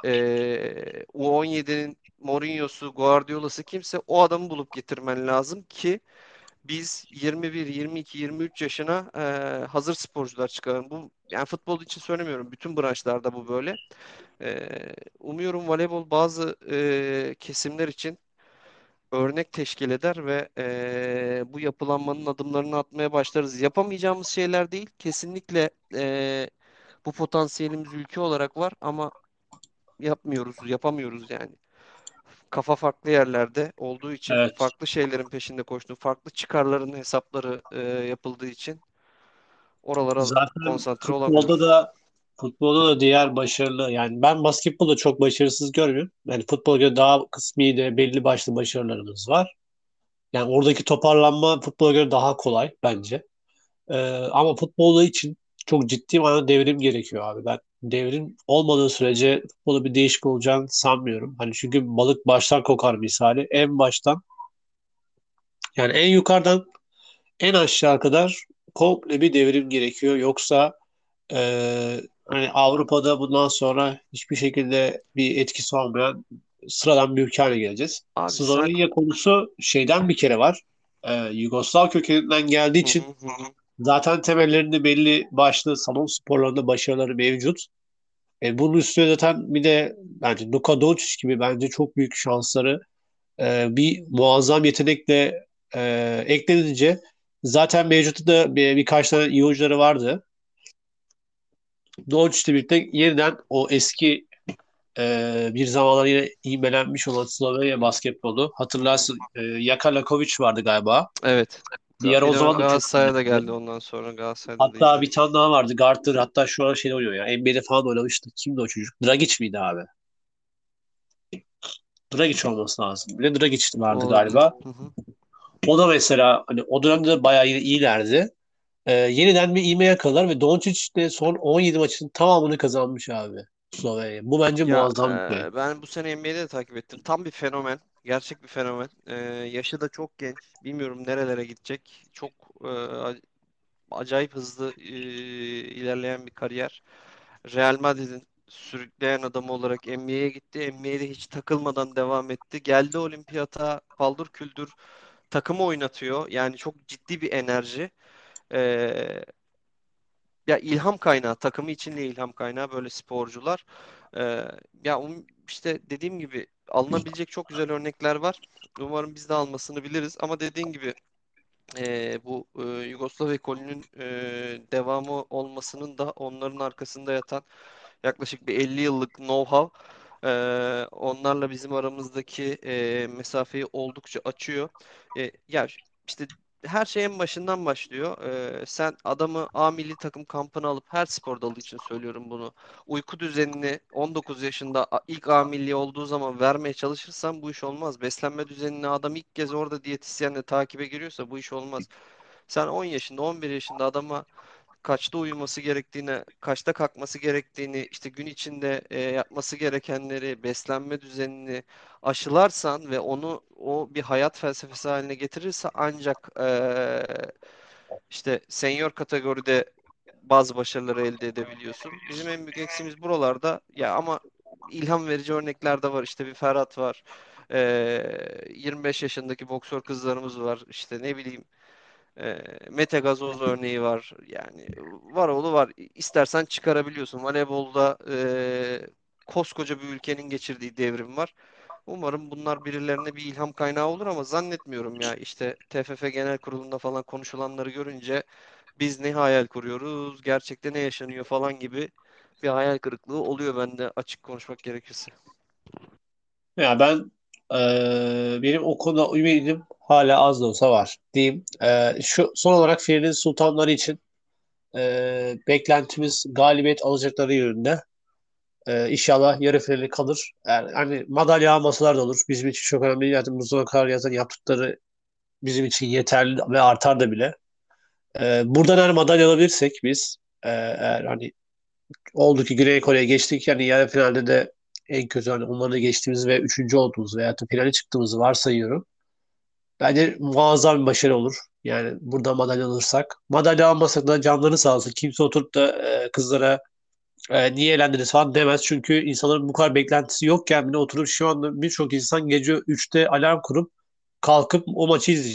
U17'nin Mourinho'su, Guardiola'sı kimse o adamı bulup getirmen lazım ki biz 21, 22, 23 yaşına hazır sporcular çıkarın. Bu yani futbol için söylemiyorum. Bütün branşlarda bu böyle. E, Umuyorum voleybol bazı kesimler için örnek teşkil eder ve bu yapılanmanın adımlarını atmaya başlarız. Yapamayacağımız şeyler değil. Kesinlikle bu potansiyelimiz ülke olarak var ama yapmıyoruz, yapamıyoruz yani. Kafa farklı yerlerde olduğu için, Evet. farklı şeylerin peşinde koştuğu, farklı çıkarların hesapları yapıldığı için oralara Zaten konsantre olamıyoruz. futbolda da diğer başarılı, yani ben basketbolda çok başarısız görmüyorum. Yani futbola göre daha kısmi de belli başlı başarılarımız var. Yani oradaki toparlanma futbola göre daha kolay bence. Ama futbolda için çok ciddi manada devrim gerekiyor abi. Ben devrim olmadığı sürece futbolda bir değişik olacağını sanmıyorum. Hani çünkü balık baştan kokar misali. En baştan, yani en yukarıdan en aşağı kadar komple bir devrim gerekiyor. Yoksa hani Avrupa'da bundan sonra hiçbir şekilde bir etkisi olmayan sıradan bir ülke haline geleceğiz. Abi sen Slovenya konusu şeyden bir kere var. Yugoslav kökeninden geldiği hı için hı hı hı. zaten temellerinde belli başlı salon sporlarında başarıları mevcut. Bunun üstüne zaten bir de bence Luka Doncic gibi bence çok büyük şansları bir muazzam yetenekle eklenince, zaten mevcutta da birkaç tane iyi oyuncuları vardı. Doncic'le birlikte yeniden o eski bir zamanlar yine ivmelenmiş olan Slovenya basketbolu. Hı hı. Hatırlarsın, Jaka Lakovic vardı galiba. Evet. Bir ara Bir o de zaman da çok Galatasaray'a da iyiydi. geldi ondan sonra. Galatasaray'da da Hatta iyiydi. bir tane daha vardı. Gartner, hatta şu an şeyde oynuyor ya. NBA'de falan oynamıştı. Kimdi o çocuk? Dragic miydi abi? Dragic olması lazım. Bir de Dragic vardı Olabilir. galiba. Hı hı. O da mesela hani o dönemde de bayağı iyilerdi. Yeniden bir ivme yakaladılar ve Doncic de son 17 maçın tamamını kazanmış abi Slovenya. Bu bence Ya muazzam bir şey. ben bu sene NBA'de de takip ettim. Tam bir fenomen. Gerçek bir fenomen. Yaşı da çok genç. Bilmiyorum nerelere gidecek. Çok acayip hızlı ilerleyen bir kariyer. Real Madrid'in sürükleyen adamı olarak NBA'ye gitti. NBA'de hiç takılmadan devam etti. Geldi olimpiyata paldır küldür takımı oynatıyor. Yani çok ciddi bir enerji. Ee, Ya ilham kaynağı, takımı için de ilham kaynağı böyle sporcular. Ee, Ya işte dediğim gibi alınabilecek çok güzel örnekler var. Umarım biz de almasını biliriz. Ama dediğin gibi bu Yugoslav ekolünün devamı olmasının da onların arkasında yatan yaklaşık bir 50 yıllık know-how onlarla bizim aramızdaki mesafeyi oldukça açıyor. Ya işte her şey en başından başlıyor. Sen adamı A milli takım kampına alıp her spor dalı için söylüyorum bunu. Uyku düzenini 19 yaşında ilk A milli olduğu zaman vermeye çalışırsan bu iş olmaz. Beslenme düzenini adam ilk kez orada diyetisyenle takibe giriyorsa bu iş olmaz. Sen 10 yaşında, 11 yaşında adama kaçta uyuması gerektiğini, kaçta kalkması gerektiğini, işte gün içinde yapması gerekenleri, beslenme düzenini aşılarsan ve onu o bir hayat felsefesi haline getirirse ancak işte senior kategoride bazı başarıları elde edebiliyorsun. Bizim en büyük eksiğimiz buralarda ya ama ilham verici örnekler de var. İşte bir Ferhat var. 25 yaşındaki boksör kızlarımız var. İşte ne bileyim Mete Gazoz örneği var. Yani var oğlu var. İstersen çıkarabiliyorsun. Voleybolda koskoca bir ülkenin geçirdiği devrim var. Umarım bunlar birilerine bir ilham kaynağı olur ama zannetmiyorum ya. İşte TFF Genel Kurulu'nda falan konuşulanları görünce biz ne hayal kuruyoruz, gerçekte ne yaşanıyor falan gibi bir hayal kırıklığı oluyor bende açık konuşmak gerekirse. Ya ben benim o konuda ümidim hala az da olsa var diyeyim. Şu son olarak Firenze Sultanları için beklentimiz galibiyet alacakları yönünde. İnşallah yarı finali kalır. Yani, hani madalya almasalar da olur. Bizim için çok önemli. Yani bu zamana kadar zaten yaptıkları bizim için yeterli ve artar da bile. Buradan eğer madalya alabilirsek biz, eğer hani oldu ki Güney Kore'ye geçtik, yani yarı finalde de en kötü hani onları da geçtiğimiz ve üçüncü olduğumuz veya da finale çıktığımızı varsayıyorum. Bence muazzam bir başarı olur. Yani burada madalya alırsak. Madalya almasak da canları sağ olsun. Kimse oturup da kızlara niye elendiniz falan demez. Çünkü insanların bu kadar beklentisi yokken bile oturup şu anda birçok insan gece 3'te alarm kurup kalkıp o maçı izleyecek.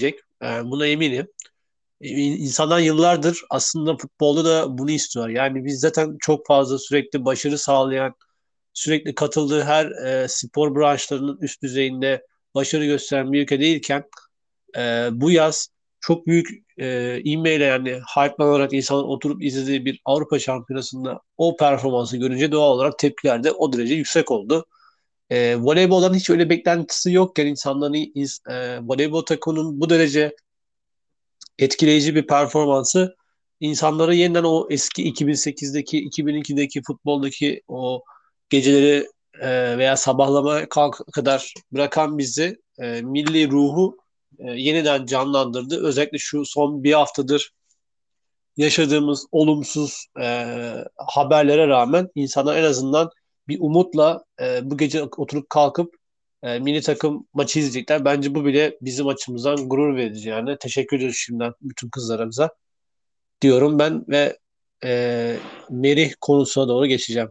Buna eminim. İnsanlar yıllardır aslında futbolda da bunu istiyor. Yani biz zaten çok fazla sürekli başarı sağlayan, sürekli katıldığı her spor branşlarının üst düzeyinde başarı gösteren bir ülke değilken bu yaz çok büyük ivmeyle yani hype'lanarak insanın oturup izlediği bir Avrupa Şampiyonası'nda o performansı görünce doğal olarak tepkiler de o derece yüksek oldu. Voleyboldan hiç öyle beklentisi yokken insanların voleybol takımının bu derece etkileyici bir performansı insanları yeniden o eski 2008'deki, 2002'deki futboldaki o geceleri veya sabahlama kalk kadar bırakan bizi milli ruhu yeniden canlandırdı. Özellikle şu son bir haftadır yaşadığımız olumsuz haberlere rağmen insanlar en azından bir umutla bu gece oturup kalkıp milli takım maçı izleyecekler. Bence bu bile bizim açımızdan gurur verici yani. Teşekkür ediyoruz şimdiden bütün kızlarımıza diyorum ben ve Merih konusuna doğru geçeceğim.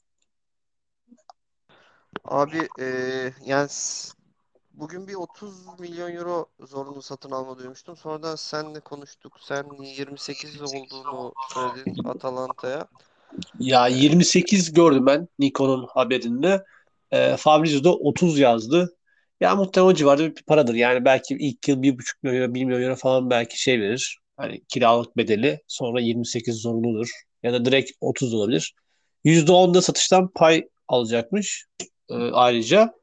Abi yani bugün bir 30 milyon euro zorunlu satın alma duymuştum. Sonradan senle konuştuk. Sen 28 olduğunu söyledin Atalanta'ya. Ya E, 28 gördüm ben Nikon'un haberinde. Fabrizio da 30 yazdı. Ya muhtemelen o civarda bir paradır. Yani belki ilk yıl 1,5 milyon euro, 1 milyon euro falan belki şey verir. Hani kiralık bedeli. Sonra 28 zorunludur. Ya da direkt 30 da olabilir. %10 da satıştan pay alacakmış. Ayrıca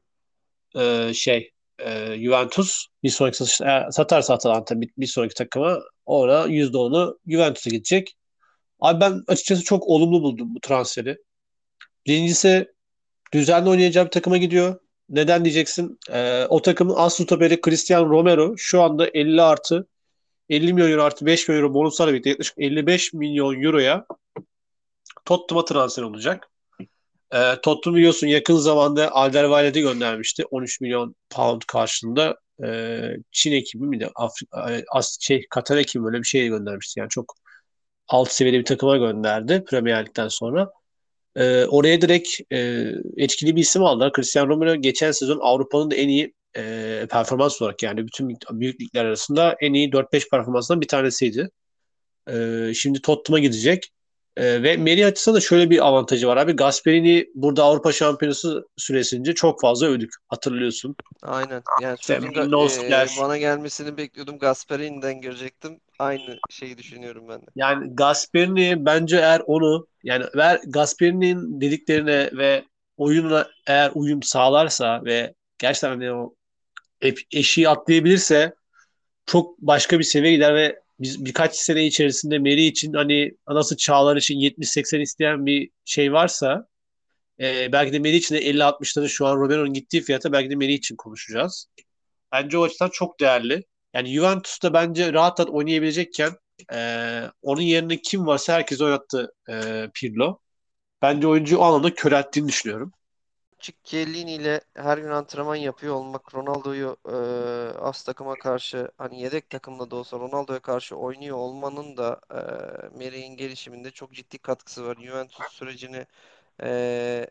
Juventus bir sonraki satışta eğer satarsa Atalanta bir sonraki takıma orada %10'u Juventus'a gidecek. Abi ben açıkçası çok olumlu buldum bu transferi. Birincisi düzenli oynayacak bir takıma gidiyor. Neden diyeceksin? O takımın as stoperi Cristiano Romero şu anda 50 artı 50 milyon euro artı 5 milyon euro bonuslarla birlikte yaklaşık 55 milyon euroya Tottenham'a transfer olacak. Tottenham biliyorsun yakın zamanda Alderweireld'i göndermişti. 13 milyon pound karşılığında Çin ekibi miydi? Katar ekibi böyle bir şey göndermişti. Yani çok alt seviyede bir takıma gönderdi Premier Lig'den sonra. Oraya direkt etkili bir isim aldılar. Cristiano Romero geçen sezon Avrupa'nın da en iyi performans olarak yani bütün büyük ligler arasında en iyi 4-5 performansından bir tanesiydi. Şimdi Tottenham'a gidecek. Ve Merih açısından da şöyle bir avantajı var abi. Gasperini burada Avrupa Şampiyonası süresince çok fazla övdük. Hatırlıyorsun. aynen. Yani İşte sözün Milosevic, bana gelmesini bekliyordum. Gasperini'den görecektim. Aynı şeyi düşünüyorum ben de. yani Gasperini bence eğer onu yani ver Gasperini'nin dediklerine ve oyununa eğer uyum sağlarsa ve gerçekten hani o eşiği atlayabilirse çok başka bir seviye gider ve biz birkaç sene içerisinde Meri için hani nasıl Çağlar için 70-80 isteyen bir şey varsa belki de Meri için de 50-60'ları şu an Romero'nun gittiği fiyata belki de Meri için konuşacağız. Bence o açıdan çok değerli. Yani Juventus'ta bence rahat rahat oynayabilecekken onun yerine kim varsa herkes oynattı Pirlo. Bence oyuncuyu o anlamda körelttiğini düşünüyorum. Chiellini ile her gün antrenman yapıyor olmak, Ronaldo'yu as takıma karşı hani yedek takımda da olsa Ronaldo'ya karşı oynuyor olmanın da Merih'in gelişiminde çok ciddi katkısı var. Juventus sürecini e,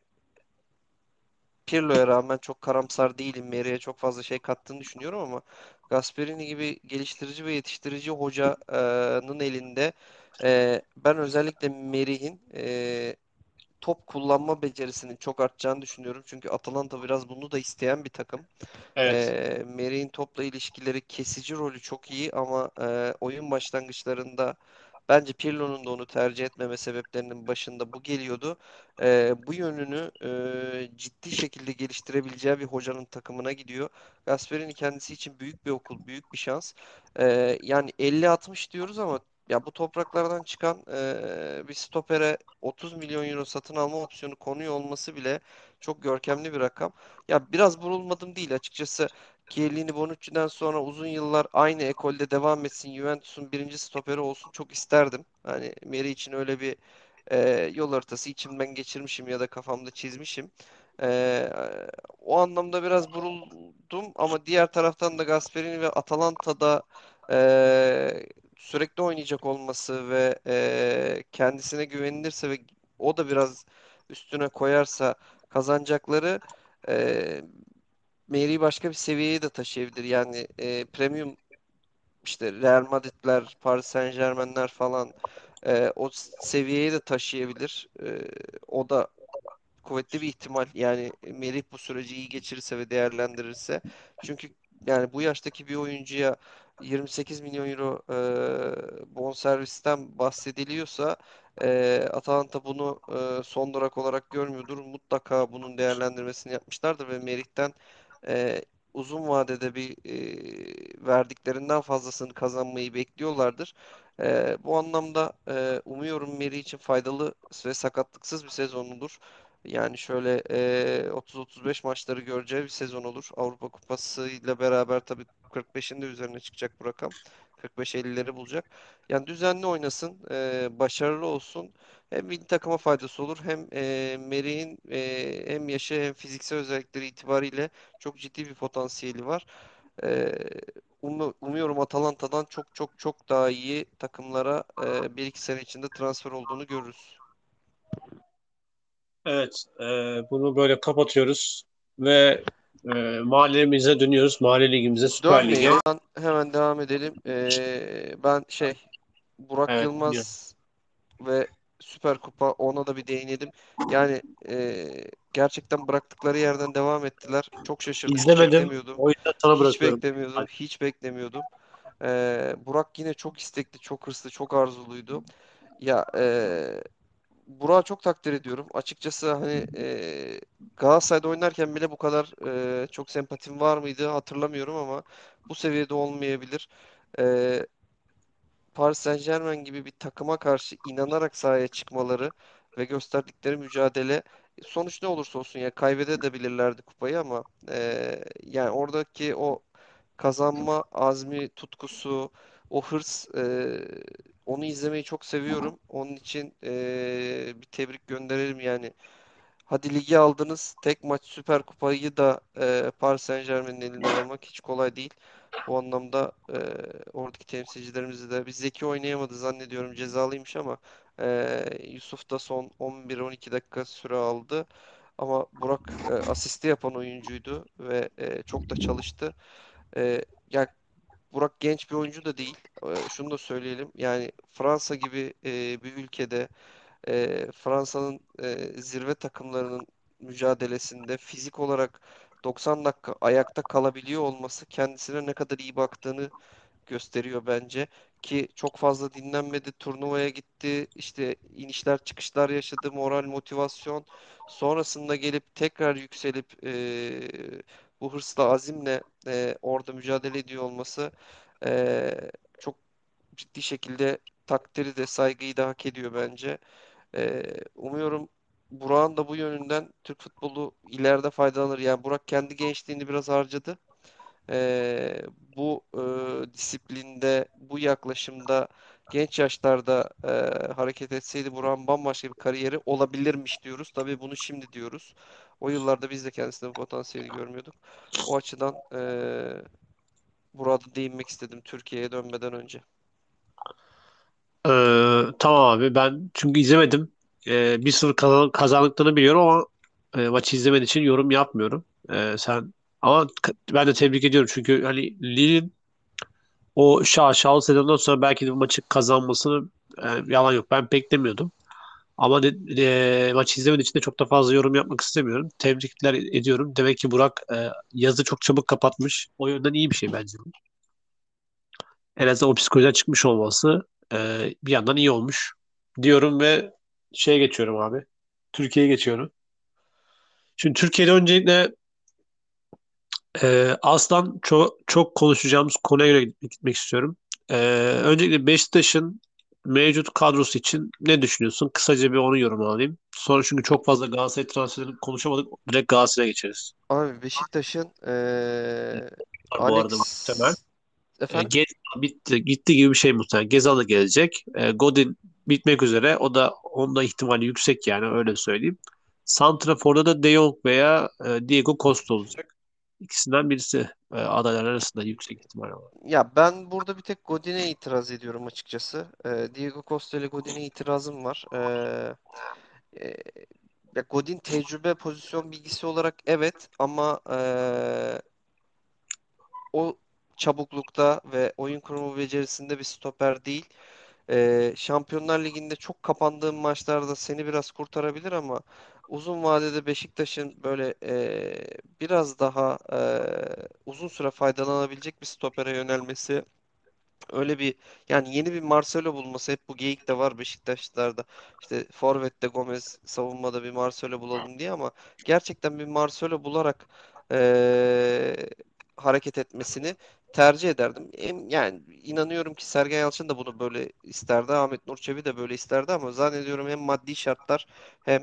Pirlo'ya rağmen çok karamsar değilim. Merih'e çok fazla şey kattığını düşünüyorum ama Gasperini gibi geliştirici ve yetiştirici hocanın elinde ben özellikle Merih'in top kullanma becerisinin çok artacağını düşünüyorum. Çünkü Atalanta biraz bunu da isteyen bir takım. Evet. Merih'in topla ilişkileri kesici rolü çok iyi ama oyun başlangıçlarında bence Pirlo'nun da onu tercih etmeme sebeplerinin başında bu geliyordu. Bu yönünü ciddi şekilde geliştirebileceği bir hocanın takımına gidiyor. Gasperini kendisi için büyük bir okul, büyük bir şans. Yani 50-60 diyoruz ama ya bu topraklardan çıkan bir stopere 30 milyon euro satın alma opsiyonu konuyor olması bile çok görkemli bir rakam. Ya biraz vurulmadım değil açıkçası. Chiellini Bonucci'den sonra uzun yıllar aynı ekolde devam etsin. Juventus'un birinci stoperi olsun çok isterdim. Hani Meri için öyle bir yol haritası içimden geçirmişim ya da kafamda çizmişim. E, O anlamda biraz vuruldum ama diğer taraftan da Gasperini ve Atalanta'da sürekli oynayacak olması ve kendisine güvenilirse ve o da biraz üstüne koyarsa kazanacakları Mary'i başka bir seviyeye de taşıyabilir. Yani premium işte Real Madrid'ler, Paris Saint-Germain'ler falan o seviyeye de taşıyabilir. O da kuvvetli bir ihtimal. Yani Merih bu süreci iyi geçirirse ve değerlendirirse. Çünkü yani bu yaştaki bir oyuncuya 28 milyon euro bonservisten bahsediliyorsa Atalanta bunu son durak olarak görmüyordur. Mutlaka bunun değerlendirmesini yapmışlardır ve Merih'ten e, uzun vadede bir verdiklerinden fazlasını kazanmayı bekliyorlardır. Bu anlamda umuyorum Merih için faydalı ve sakatlıksız bir sezon olur. Yani şöyle 30-35 maçları göreceği bir sezon olur. Avrupa Kupası ile beraber tabii 45'in de üzerine çıkacak bu rakam. 45-50'leri bulacak. Yani düzenli oynasın, başarılı olsun. Hem milli takıma faydası olur, hem Merih'in hem yaşı hem fiziksel özellikleri itibariyle çok ciddi bir potansiyeli var. E, umuyorum Atalanta'dan çok çok çok daha iyi takımlara 1-2 sene içinde transfer olduğunu görürüz. Evet, bunu böyle kapatıyoruz ve mahallemize dönüyoruz. Mahalle ligimize, Süper Lig'e. Dönmeyin lan, hemen devam edelim. Ben Burak Evet, dinliyorum. Yılmaz ve Süper Kupa, ona da bir değinelim. Yani gerçekten bıraktıkları yerden devam ettiler. Çok şaşırdım, hiç İzlemedim. beklemiyordum. O yüzden sana Hiç bırakıyorum. beklemiyordum, Hadi. hiç beklemiyordum. Burak yine çok istekli, çok hırslı, çok arzuluydu. Ya Burak'ı çok takdir ediyorum. Açıkçası hani Galatasaray'da oynarken bile bu kadar çok sempatim var mıydı hatırlamıyorum ama bu seviyede olmayabilir. E, Paris Saint-Germain gibi bir takıma karşı inanarak sahaya çıkmaları ve gösterdikleri mücadele, sonuç ne olursa olsun ya kaybedebilirlerdi kupayı ama yani oradaki o kazanma azmi, tutkusu, o hırs, onu izlemeyi çok seviyorum. Onun için bir tebrik gönderelim yani. Hadi ligi aldınız. Tek maç Süper Kupayı da Paris Saint-Germain'in elinden almak hiç kolay değil. Bu anlamda oradaki temsilcilerimizi de, biz Zeki oynayamadı zannediyorum, cezalıymış ama Yusuf da son 11-12 dakika süre aldı. Ama Burak asisti yapan oyuncuydu ve çok da çalıştı. Ya Burak genç bir oyuncu da değil. Şunu da söyleyelim. Yani Fransa gibi bir ülkede Fransa'nın zirve takımlarının mücadelesinde fizik olarak 90 dakika ayakta kalabiliyor olması kendisine ne kadar iyi baktığını gösteriyor bence. Ki çok fazla dinlenmedi, turnuvaya gitti, işte inişler çıkışlar yaşadı, moral, motivasyon. Sonrasında gelip tekrar yükselip bu hırsla, azimle orada mücadele ediyor olması çok ciddi şekilde takdiri de saygıyı da hak ediyor bence. Umuyorum Burak'ın da bu yönünden Türk futbolu ileride faydalanır. Yani Burak kendi gençliğini biraz harcadı. Bu disiplinde, bu yaklaşımda genç yaşlarda hareket etseydi Burak'ın bambaşka bir kariyeri olabilirmiş diyoruz. Tabii bunu şimdi diyoruz. O yıllarda biz de kendisinde bu potansiyeli görmüyorduk. O açıdan burada değinmek istedim Türkiye'ye dönmeden önce. Tamam abi, ben çünkü izlemedim. 1-0 kazandıklarını biliyorum ama maçı izlemediğim için yorum yapmıyorum. Sen ama ben de tebrik ediyorum çünkü hani Lille'in o şaşalı sezondan sonra belki de bu maçı kazanmasını, yalan yok, ben beklemiyordum. Ama maçı izlemediğim için de çok da fazla yorum yapmak istemiyorum. Tebrikler ediyorum. Demek ki Burak yazı çok çabuk kapatmış. O yönden iyi bir şey bence. En azından o psikolojiden çıkmış olması bir yandan iyi olmuş diyorum ve şeye geçiyorum abi. Türkiye'ye geçiyorum. Şimdi Türkiye'de öncelikle Aslan çok çok konuşacağımız konuya göre gitmek istiyorum. E, Öncelikle Beşiktaş'ın mevcut kadrosu için ne düşünüyorsun? Kısaca bir onu yorum alayım. Sonra çünkü çok fazla Galatasaray transferini konuşamadık. Direkt Galatasaray'a geçeriz. Abi Beşiktaş'ın Var bu arada muhtemel. Alex, efendim, Gezal bitti, gitti gibi bir şey muhtemelen. Gezal da gelecek. Godin bitmek üzere. O da onda ihtimali yüksek, yani öyle söyleyeyim. Santrafor'da da De Jong veya Diego Costa olacak. İkisinden birisi adaylar arasında yüksek ihtimal var. ya ben burada bir tek Godin'e itiraz ediyorum açıkçası. Diego Costa ile Godin'e itirazım var. E, ya Godin tecrübe, pozisyon bilgisi olarak evet ama o çabuklukta ve oyun kurumu becerisinde bir stoper değil. Şampiyonlar Ligi'nde çok kapandığın maçlarda seni biraz kurtarabilir ama uzun vadede Beşiktaş'ın böyle biraz daha uzun süre faydalanabilecek bir stopere yönelmesi, öyle bir, yani yeni bir Marcelo bulması, hep bu geyik de var Beşiktaşlılarda. İşte forvette Gomez, savunmada bir Marcelo bulalım diye, ama gerçekten bir Marcelo bularak eee, hareket etmesini tercih ederdim. Yani inanıyorum ki Sergen Yalçın da bunu böyle isterdi. Ahmet Nur Çebi de böyle isterdi, ama zannediyorum hem maddi şartlar hem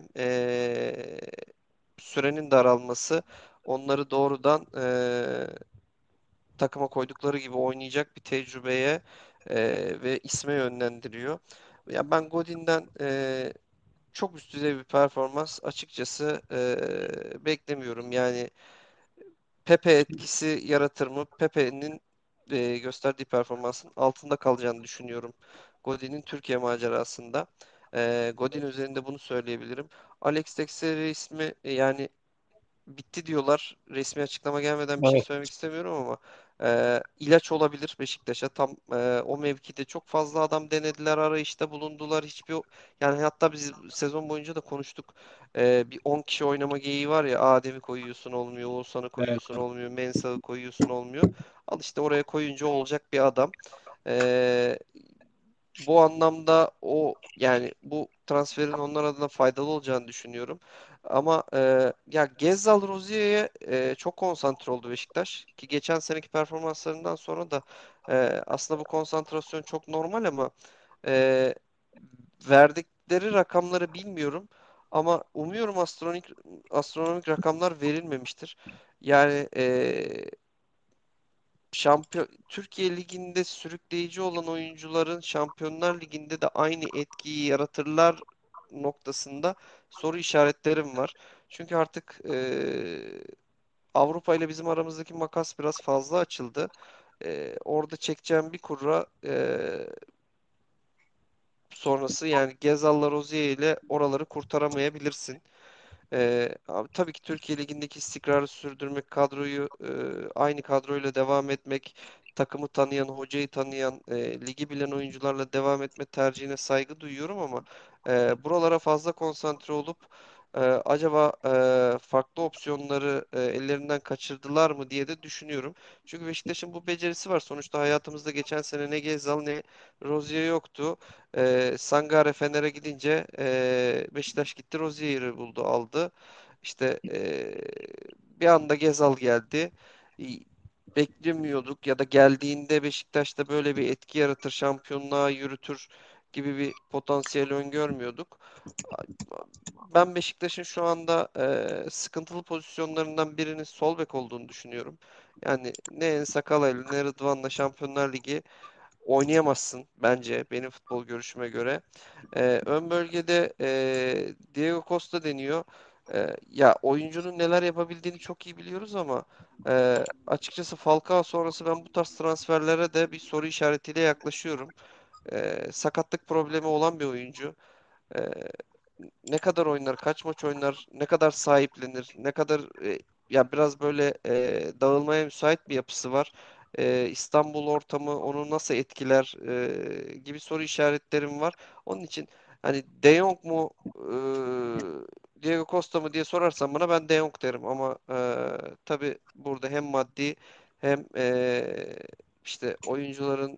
sürenin daralması onları doğrudan takıma koydukları gibi oynayacak bir tecrübeye ve isme yönlendiriyor. Ya ben Godin'den çok üst düzey bir performans açıkçası beklemiyorum. Yani Pepe etkisi yaratır mı? Pepe'nin gösterdiği performansın altında kalacağını düşünüyorum. Godin'in Türkiye macerasında. Godin üzerinde bunu söyleyebilirim. Alex Teixeira ismi, yani bitti diyorlar. Resmi açıklama gelmeden bir şey Evet. söylemek istemiyorum ama ilaç olabilir Beşiktaş'a. Tam o mevkide çok fazla adam denediler, arayışta bulundular. Yani hatta biz sezon boyunca da konuştuk. Bir 10 kişi oynama geyiği var ya. Adem'i koyuyorsun olmuyor, Oğuzhan'ı Evet. koyuyorsun olmuyor, Mensah'ı koyuyorsun olmuyor. Al işte, oraya koyunca olacak bir adam. E, Bu anlamda yani bu transferin onlar adına faydalı olacağını düşünüyorum. Ama ya Gezzal Rozier'e çok konsantre oldu Beşiktaş, ki geçen seneki performanslarından sonra da aslında bu konsantrasyon çok normal, ama e, verdikleri rakamları bilmiyorum, ama umuyorum astronomik rakamlar verilmemiştir. Yani Türkiye Ligi'nde sürükleyici olan oyuncuların Şampiyonlar Ligi'nde de aynı etkiyi yaratırlar noktasında soru işaretlerim var. Çünkü artık Avrupa ile bizim aramızdaki makas biraz fazla açıldı. Orada çekeceğim bir kurra sonrası, yani Gezal'la Rozier ile oraları kurtaramayabilirsin. Abi, tabii ki Türkiye Ligi'ndeki istikrarı sürdürmek, kadroyu aynı kadroyla devam etmek, takımı tanıyan, hocayı tanıyan, ligi bilen oyuncularla devam etme tercihine saygı duyuyorum, ama buralara fazla konsantre olup acaba farklı opsiyonları ellerinden kaçırdılar mı diye de düşünüyorum. Çünkü Beşiktaş'ın bu becerisi var. Sonuçta hayatımızda geçen sene ne Gezal ne Rozier yoktu. Sangare Fener'e gidince Beşiktaş gitti, Rozier'i buldu, aldı. İşte bir anda Gezal geldi. İ- Beklemiyorduk, ya da geldiğinde Beşiktaş'ta böyle bir etki yaratır, şampiyonluğa yürütür gibi bir potansiyel öngörmüyorduk. Ben Beşiktaş'ın şu anda sıkıntılı pozisyonlarından birinin sol bek olduğunu düşünüyorum. Yani ne En Sakala'yla ne Rıdvan'la Şampiyonlar Ligi oynayamazsın bence, benim futbol görüşüme göre. Ön bölgede Diego Costa deniyor. Ya oyuncunun neler yapabildiğini çok iyi biliyoruz, ama açıkçası Falcao sonrası ben bu tarz transferlere de bir soru işaretiyle yaklaşıyorum. Sakatlık problemi olan bir oyuncu. Ee, Ne kadar oynar, kaç maç oynar, ne kadar sahiplenir, ne kadar ya biraz böyle dağılmaya müsait bir yapısı var. İstanbul ortamı onu nasıl etkiler gibi soru işaretlerim var. Onun için hani De Jong mu Diego Costa mı diye sorarsan bana, ben De Jong derim, ama tabii burada hem maddi hem işte oyuncuların,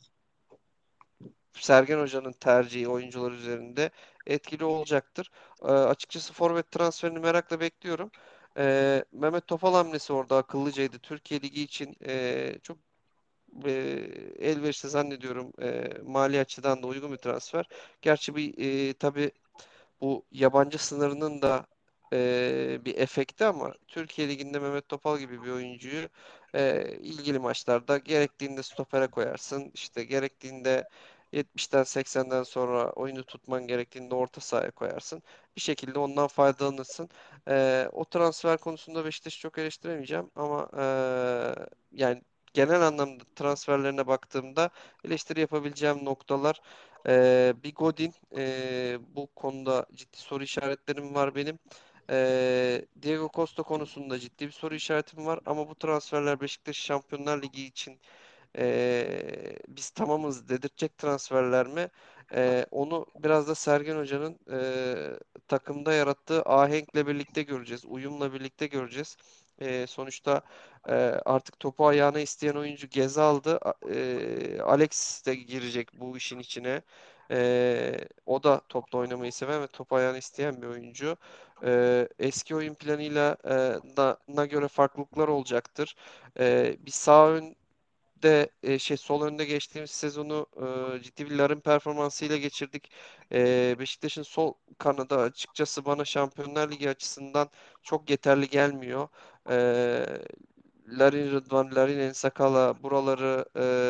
Sergen Hoca'nın tercihi oyuncular üzerinde etkili olacaktır. Açıkçası forvet transferini merakla bekliyorum. Mehmet Topal hamlesi orada akıllıcaydı. Türkiye Ligi için çok e, elverişli zannediyorum. Mali açıdan da uygun bir transfer. Gerçi tabii bu yabancı sınırının da bir efekti, ama Türkiye Ligi'nde Mehmet Topal gibi bir oyuncuyu ilgili maçlarda gerektiğinde stopere koyarsın. İşte gerektiğinde 70'ten 80'den sonra oyunu tutman gerektiğinde orta sahaya koyarsın. Bir şekilde ondan faydalanırsın. O transfer konusunda Beşiktaş'ı çok eleştiremeyeceğim, ama yani genel anlamda transferlerine baktığımda eleştiri yapabileceğim noktalar, bir Godin, bu konuda ciddi soru işaretlerim var benim. Diego Costa konusunda ciddi bir soru işaretim var ama bu transferler Beşiktaş Şampiyonlar Ligi için biz tamamız dedirtecek transferler mi? Onu biraz da Sergen Hoca'nın takımda yarattığı ahenkle birlikte göreceğiz. Uyumla birlikte göreceğiz. Sonuçta artık topu ayağına isteyen oyuncu Gezal'dı. Alex de girecek bu işin içine. O da topla oynamayı seven ve top ayağını isteyen bir oyuncu. Eski oyun planıyla na göre farklılıklar olacaktır. Bir sağ ön de sol önde geçtiğimiz sezonu ciddi bir Larin performansıyla geçirdik. Beşiktaş'ın sol kanadı açıkçası bana Şampiyonlar Ligi açısından çok yeterli gelmiyor. E, Larin Rıdvan, Larin Ensakala buraları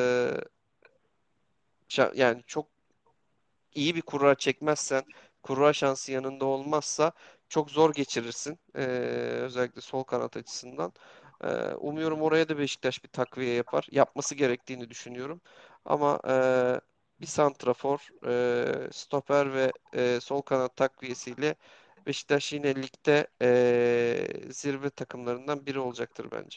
yani çok iyi bir kura çekmezsen, kura şansı yanında olmazsa çok zor geçirirsin. Özellikle sol kanat açısından. Umuyorum oraya da Beşiktaş bir takviye yapar. Yapması gerektiğini düşünüyorum. Ama bir santrafor, stoper ve sol kanat takviyesiyle Beşiktaş yine ligde zirve takımlarından biri olacaktır bence.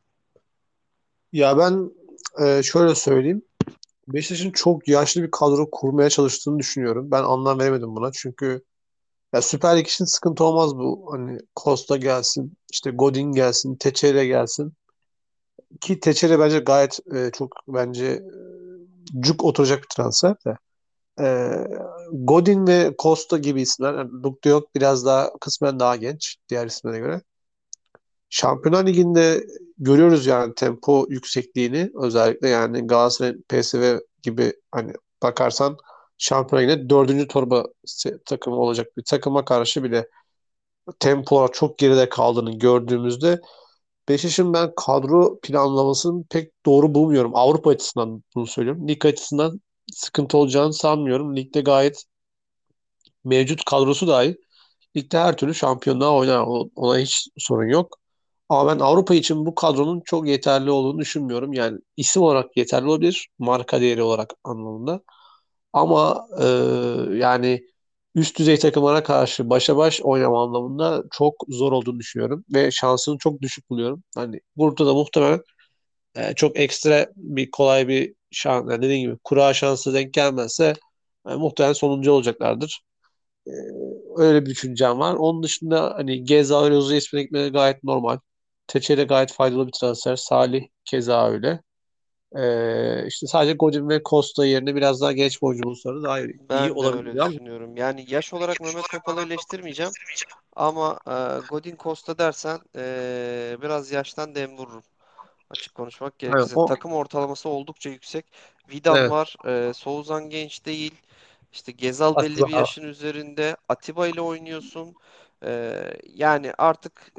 Ya ben şöyle söyleyeyim. Beşiktaş'ın çok yaşlı bir kadro kurmaya çalıştığını düşünüyorum. Ben anlam veremedim buna. Çünkü ya Süper Lig için sıkıntı olmaz bu. Hani Costa gelsin, işte Godin gelsin, Teixeira gelsin. Ki Teixeira bence gayet çok bence cuk oturacak bir transfer de. E, Godin ve Costa gibi isimler. Yani Luke de Jong biraz daha kısmen daha genç diğer isimlere göre. Şampiyonlar Ligi'nde görüyoruz yani tempo yüksekliğini, özellikle yani Galatasaray, PSV gibi hani bakarsan Şampiyonlar Ligi'nde dördüncü torba takımı olacak bir takıma karşı bile tempo olarak çok geride kaldığını gördüğümüzde Beşiktaş'ın ben kadro planlamasını pek doğru bulmuyorum. Avrupa açısından bunu söylüyorum. Lig açısından sıkıntı olacağını sanmıyorum. Ligde gayet mevcut kadrosu dahi ligde her türlü şampiyonluğa oynar. Ona hiç sorun yok. Ama ben Avrupa için bu kadronun çok yeterli olduğunu düşünmüyorum. Yani isim olarak yeterli olabilir, marka değeri olarak anlamında. Ama yani üst düzey takımlara karşı başa baş oynama anlamında çok zor olduğunu düşünüyorum. Ve şansını çok düşük buluyorum. Hani burada da muhtemelen çok ekstra bir kolay bir şans, yani dediğim gibi kura şansı denk gelmezse muhtemelen sonuncu olacaklardır. Ee, Öyle bir düşüncem var. Onun dışında hani Geza ve Rozier ismine gitmeleri gayet normal. Teçere gayet faydalı bir transfer. Salih keza öyle. İşte sadece Godin ve Costa yerine biraz daha genç bir oyuncu bulsaları daha iyi Ben de öyle olabilir ama düşünüyorum. Yani yaş olarak Mehmet Topal'ı eleştirmeyeceğim. Ama Godin Costa dersen biraz yaştan dem vururum. Açık konuşmak yani gerekirse. o Takım ortalaması oldukça yüksek. Vidan evet, var. Souzan genç değil. İşte Gezal belli bir Atiba, yaşın üzerinde. Atiba ile oynuyorsun. Yani artık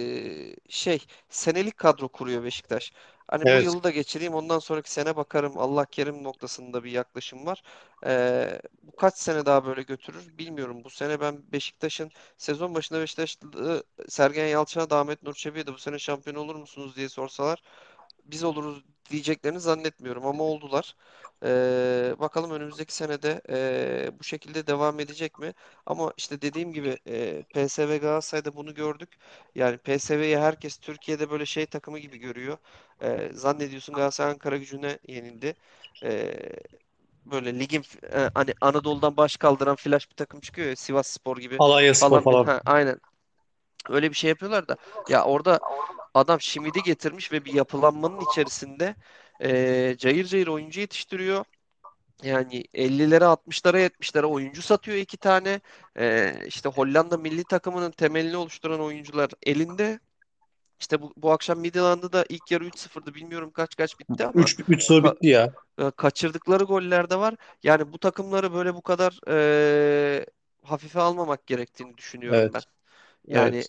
senelik kadro kuruyor Beşiktaş. Hani bu evet. yılı da geçireyim ondan sonraki sene bakarım Allah kerim noktasında bir yaklaşım var. Bu kaç sene daha böyle götürür bilmiyorum. Bu sene ben Beşiktaş'ın sezon başında Beşiktaşlı Sergen Yalçın'a da Ahmet Nur Çebi'ye de bu sene şampiyon olur musunuz diye sorsalar biz oluruz diyeceklerini zannetmiyorum ama oldular. Bakalım önümüzdeki senede bu şekilde devam edecek mi? Ama işte dediğim gibi PSV Galatasaray'da bunu gördük. Yani PSV'yi herkes Türkiye'de böyle şey takımı gibi görüyor. Zannediyorsun Galatasaray Ankara Gücü'ne yenildi. Ee, Böyle ligin hani Anadolu'dan baş kaldıran flash bir takım çıkıyor ya Sivasspor gibi Alanyaspor falan bir falan. aynen öyle bir şey yapıyorlar da ya orada adam Şimidi getirmiş ve bir yapılanmanın içerisinde cayır cayır oyuncu yetiştiriyor. Yani 50'lere 60'lara 70'lere oyuncu satıyor iki tane. İşte Hollanda milli takımının temelini oluşturan oyuncular elinde. İşte bu akşam Midtjylland'da da ilk yarı 3-0'dı. Bilmiyorum kaç bitti ama 3 soru ka- bitti ya. kaçırdıkları goller de var. Yani bu takımları böyle bu kadar hafife almamak gerektiğini düşünüyorum ben. Evet. Yani Evet.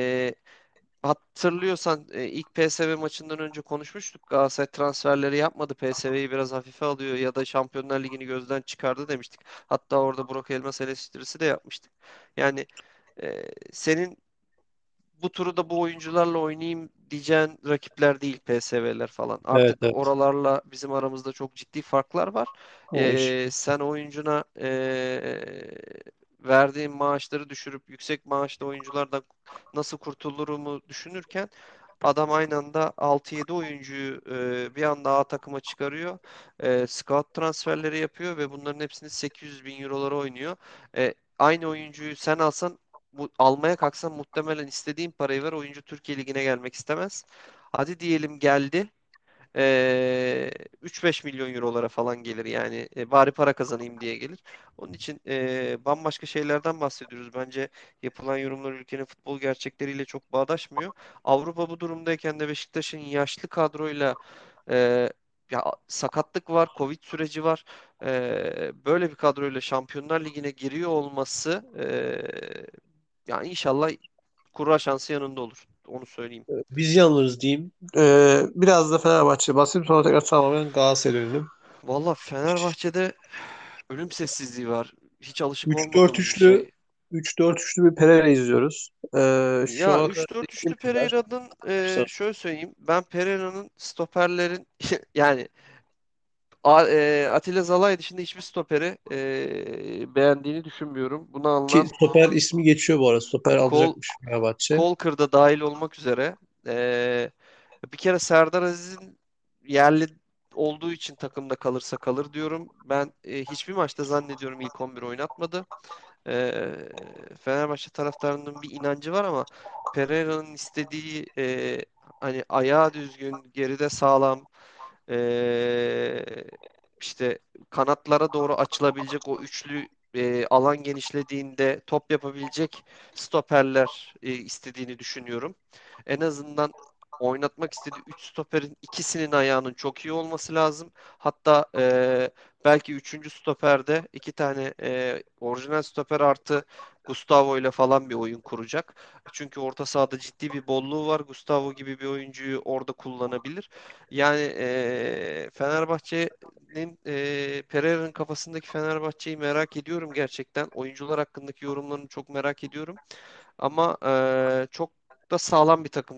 hatırlıyorsan ilk PSV maçından önce konuşmuştuk. Galatasaray transferleri yapmadı. PSV'yi biraz hafife alıyor ya da Şampiyonlar Ligi'ni gözden çıkardı demiştik. Hatta orada Burak Elmas eleştirisi de yapmıştık. Yani senin bu turu da bu oyuncularla oynayayım diyeceğin rakipler değil PSV'ler falan. Evet. Artık Evet. oralarla bizim aramızda çok ciddi farklar var. O iş. Sen oyuncuna verdiğim maaşları düşürüp yüksek maaşlı oyunculardan nasıl kurtulurumu düşünürken adam aynı anda 6-7 oyuncuyu bir anda A takıma çıkarıyor. Scout transferleri yapıyor ve bunların hepsini 800 bin eurolara oynuyor. Aynı oyuncuyu sen alsan, almaya kalksan muhtemelen istediğin parayı ver, oyuncu Türkiye Ligi'ne gelmek istemez. Hadi diyelim geldi. 3-5 milyon eurolara falan gelir yani. Bari para kazanayım diye gelir. Onun için bambaşka şeylerden bahsediyoruz. Bence yapılan yorumlar ülkenin futbol gerçekleriyle çok bağdaşmıyor. Avrupa bu durumdayken de Beşiktaş'ın yaşlı kadroyla e, ya sakatlık var, Covid süreci var. Böyle bir kadroyla Şampiyonlar Ligi'ne giriyor olması, yani inşallah kura şansı yanında olur. Onu söyleyeyim. Biz yanılırız diyeyim. Biraz da Fenerbahçe basayım, sonra tekrar tamamen Galatasaray'a dönelim. Valla Fenerbahçe'de ölüm sessizliği var. Hiç alışık 3-4 olmadığım bir üçlü şey. 3-4-3'lü bir Pereira izliyoruz. Şu Ya ana kadar 3-4-3'lü değiştirmediler. Pereira'nın şöyle söyleyeyim. Ben Pereira'nın stoperlerin yani Atilla Zalay dışında hiçbir stoperi beğendiğini düşünmüyorum. Buna Ki alınan stoper ismi geçiyor bu arada. Stoper Kol alacakmış Fenerbahçe. Kolkır'da dahil olmak üzere bir kere Serdar Aziz'in yerli olduğu için takımda kalırsa kalır diyorum. Ben hiçbir maçta zannediyorum ilk 11 oynatmadı. Fenerbahçe taraftarının bir inancı var ama Pereira'nın istediği hani ayağı düzgün, geride sağlam, ee, işte kanatlara doğru açılabilecek o üçlü alan genişlediğinde top yapabilecek stoperler istediğini düşünüyorum. En azından oynatmak istediği 3 stoperin ikisinin ayağının çok iyi olması lazım. Hatta belki üçüncü stoperde iki tane orijinal stoper artı Gustavo ile falan bir oyun kuracak. Çünkü orta sahada ciddi bir bolluğu var. Gustavo gibi bir oyuncuyu orada kullanabilir. Yani Fenerbahçe'nin Pereira'nın kafasındaki Fenerbahçe'yi merak ediyorum gerçekten. Oyuncular hakkındaki yorumlarını çok merak ediyorum. Ama çok da sağlam bir takım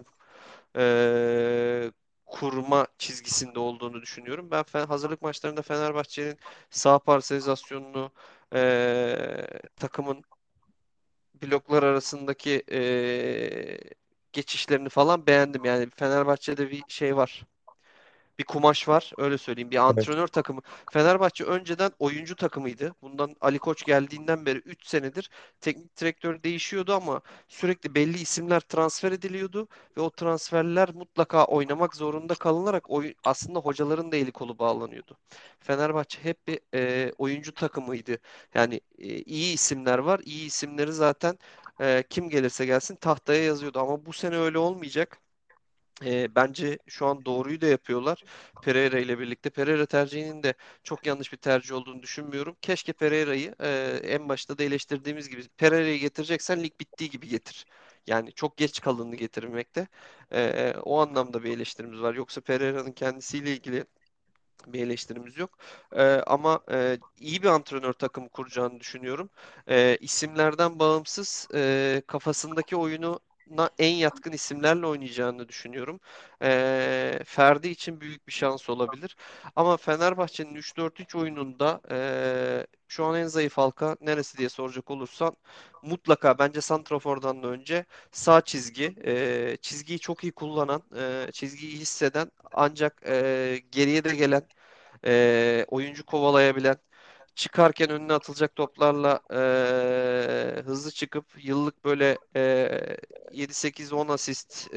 kurma çizgisinde olduğunu düşünüyorum. Ben hazırlık maçlarında Fenerbahçe'nin sağ parselizasyonunu, takımın bloklar arasındaki geçişlerini falan beğendim. Yani Fenerbahçe'de bir şey var, bir kumaş var. Öyle söyleyeyim. Bir Evet. antrenör takımı. Fenerbahçe önceden oyuncu takımıydı. Bundan Ali Koç geldiğinden beri 3 senedir teknik direktör değişiyordu ama sürekli belli isimler transfer ediliyordu ve o transferler mutlaka oynamak zorunda kalınarak aslında hocaların da eli kolu bağlanıyordu. Fenerbahçe hep bir oyuncu takımıydı. Yani iyi isimler var. İyi isimleri zaten kim gelirse gelsin tahtaya yazıyordu ama bu sene öyle olmayacak. Bence şu an doğruyu da yapıyorlar Pereira ile birlikte. Pereira tercihinin de çok yanlış bir tercih olduğunu düşünmüyorum. Keşke Pereira'yı en başta da eleştirdiğimiz gibi Pereira'yı getireceksen lig bittiği gibi getir. Yani çok geç kalındı getirmekte. O anlamda bir eleştirimiz var. Yoksa Pereira'nın kendisiyle ilgili bir eleştirimiz yok. Ama iyi bir antrenör takımı kuracağını düşünüyorum. İsimlerden bağımsız kafasındaki oyunu en yatkın isimlerle oynayacağını düşünüyorum. Ferdi için büyük bir şans olabilir. Ama Fenerbahçe'nin 3-4-3 oyununda şu an en zayıf halka neresi diye soracak olursan mutlaka bence santrafordan da önce sağ çizgi. Çizgiyi çok iyi kullanan, çizgiyi hisseden ancak geriye de gelen oyuncu kovalayabilen, çıkarken önüne atılacak toplarla hızlı çıkıp yıllık böyle 7-8-10 asist,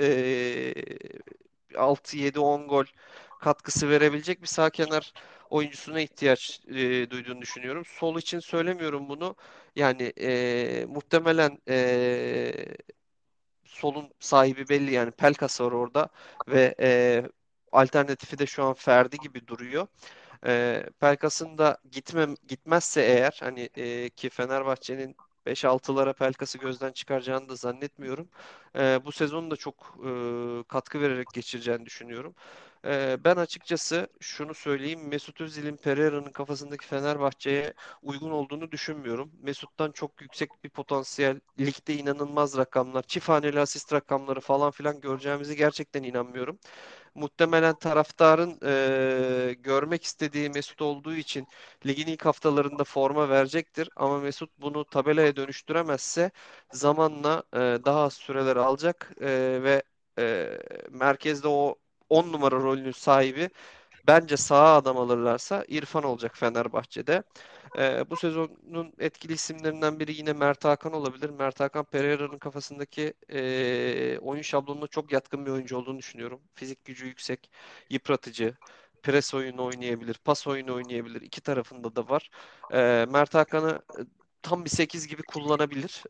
6-7-10 gol katkısı verebilecek bir sağ kenar oyuncusuna ihtiyaç duyduğunu düşünüyorum. Sol için söylemiyorum bunu. Yani muhtemelen solun sahibi belli, yani Pelkas var orada ve alternatifi de şu an Ferdi gibi duruyor. Pelkas'ın da gitmezse eğer hani ki Fenerbahçe'nin 5-6'lara Pelkas'ı gözden çıkaracağını da zannetmiyorum. Bu sezonu da çok katkı vererek geçireceğini düşünüyorum. Ben açıkçası şunu söyleyeyim. Mesut Özil'in Pereira'nın kafasındaki Fenerbahçe'ye uygun olduğunu düşünmüyorum. Mesut'tan çok yüksek bir potansiyel, ligde inanılmaz rakamlar, çift haneli asist rakamları falan filan göreceğimizi gerçekten inanmıyorum. muhtemelen taraftarın görmek istediği Mesut olduğu için ligin ilk haftalarında forma verecektir. Ama Mesut bunu tabelaya dönüştüremezse zamanla daha az süreler alacak ve merkezde o 10 numara rolünün sahibi, bence sağa adam alırlarsa İrfan olacak Fenerbahçe'de. Bu sezonun etkili isimlerinden biri yine Mert Hakan olabilir. Mert Hakan Pereira'nın kafasındaki oyun şablonuna çok yatkın bir oyuncu olduğunu düşünüyorum. Fizik gücü yüksek, yıpratıcı, pres oyunu oynayabilir, pas oyunu oynayabilir. İki tarafında da var. Mert Hakan'ı tam bir 8 gibi kullanabilir.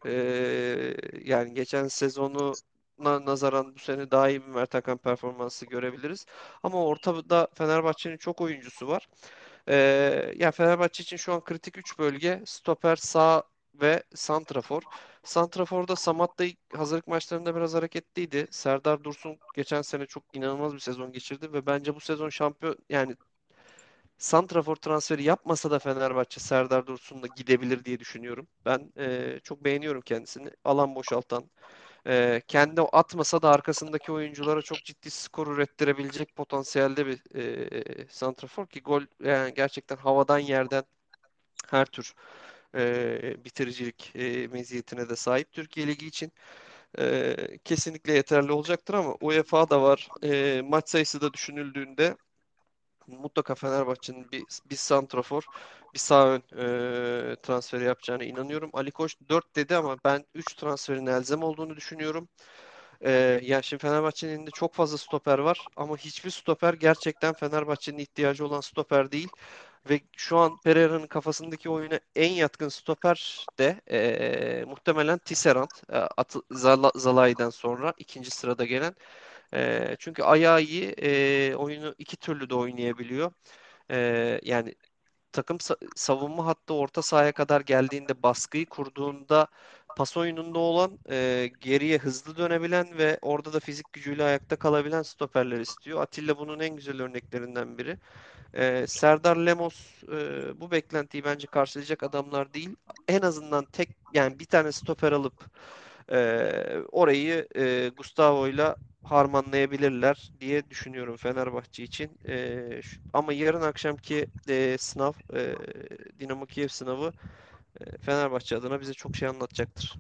Yani geçen sezonu nazaran bu sene daha iyi bir Mert Hakan performansı görebiliriz. Ama ortada Fenerbahçe'nin çok oyuncusu var. Yani Fenerbahçe için şu an kritik 3 bölge: stoper, sağ ve santrafor. Santrafor'da Samat da ilk hazırlık maçlarında biraz hareketliydi. Serdar Dursun geçen sene çok inanılmaz bir sezon geçirdi ve bence bu sezon şampiyon, yani santrafor transferi yapmasa da Fenerbahçe Serdar Dursun'la gidebilir diye düşünüyorum. Ben çok beğeniyorum kendisini. Alan boşaltan, kendi atmasa da arkasındaki oyunculara çok ciddi skor ürettirebilecek potansiyelde bir santrafor ki gol, yani gerçekten havadan yerden her tür bitiricilik meziyetine de sahip. Türkiye Ligi için kesinlikle yeterli olacaktır ama UEFA da var. Maç sayısı da düşünüldüğünde mutlaka Fenerbahçe'nin bir santrafor, bir sağ ön transferi yapacağına inanıyorum. Ali Koç 4 dedi ama ben 3 transferin elzem olduğunu düşünüyorum. Ya şimdi Fenerbahçe'nin elinde çok fazla stoper var ama hiçbir stoper gerçekten Fenerbahçe'nin ihtiyacı olan stoper değil. Ve şu an Pereira'nın kafasındaki oyuna en yatkın stoper de muhtemelen Tisserand. Zalai'den sonra ikinci sırada gelen. Çünkü ayağı iyi, oyunu iki türlü de oynayabiliyor. Yani takım savunma hattı orta sahaya kadar geldiğinde, baskıyı kurduğunda pas oyununda olan, geriye hızlı dönebilen ve orada da fizik gücüyle ayakta kalabilen stoperler istiyor. Atilla bunun en güzel örneklerinden biri. Serdar Lemos bu beklentiyi bence karşılayacak adamlar değil. En azından yani bir tane stoper alıp orayı Gustavo'yla harmanlayabilirler diye düşünüyorum Fenerbahçe için. Ama yarın akşamki sınav, Dinamo Kiev sınavı, Fenerbahçe adına bize çok şey anlatacaktır.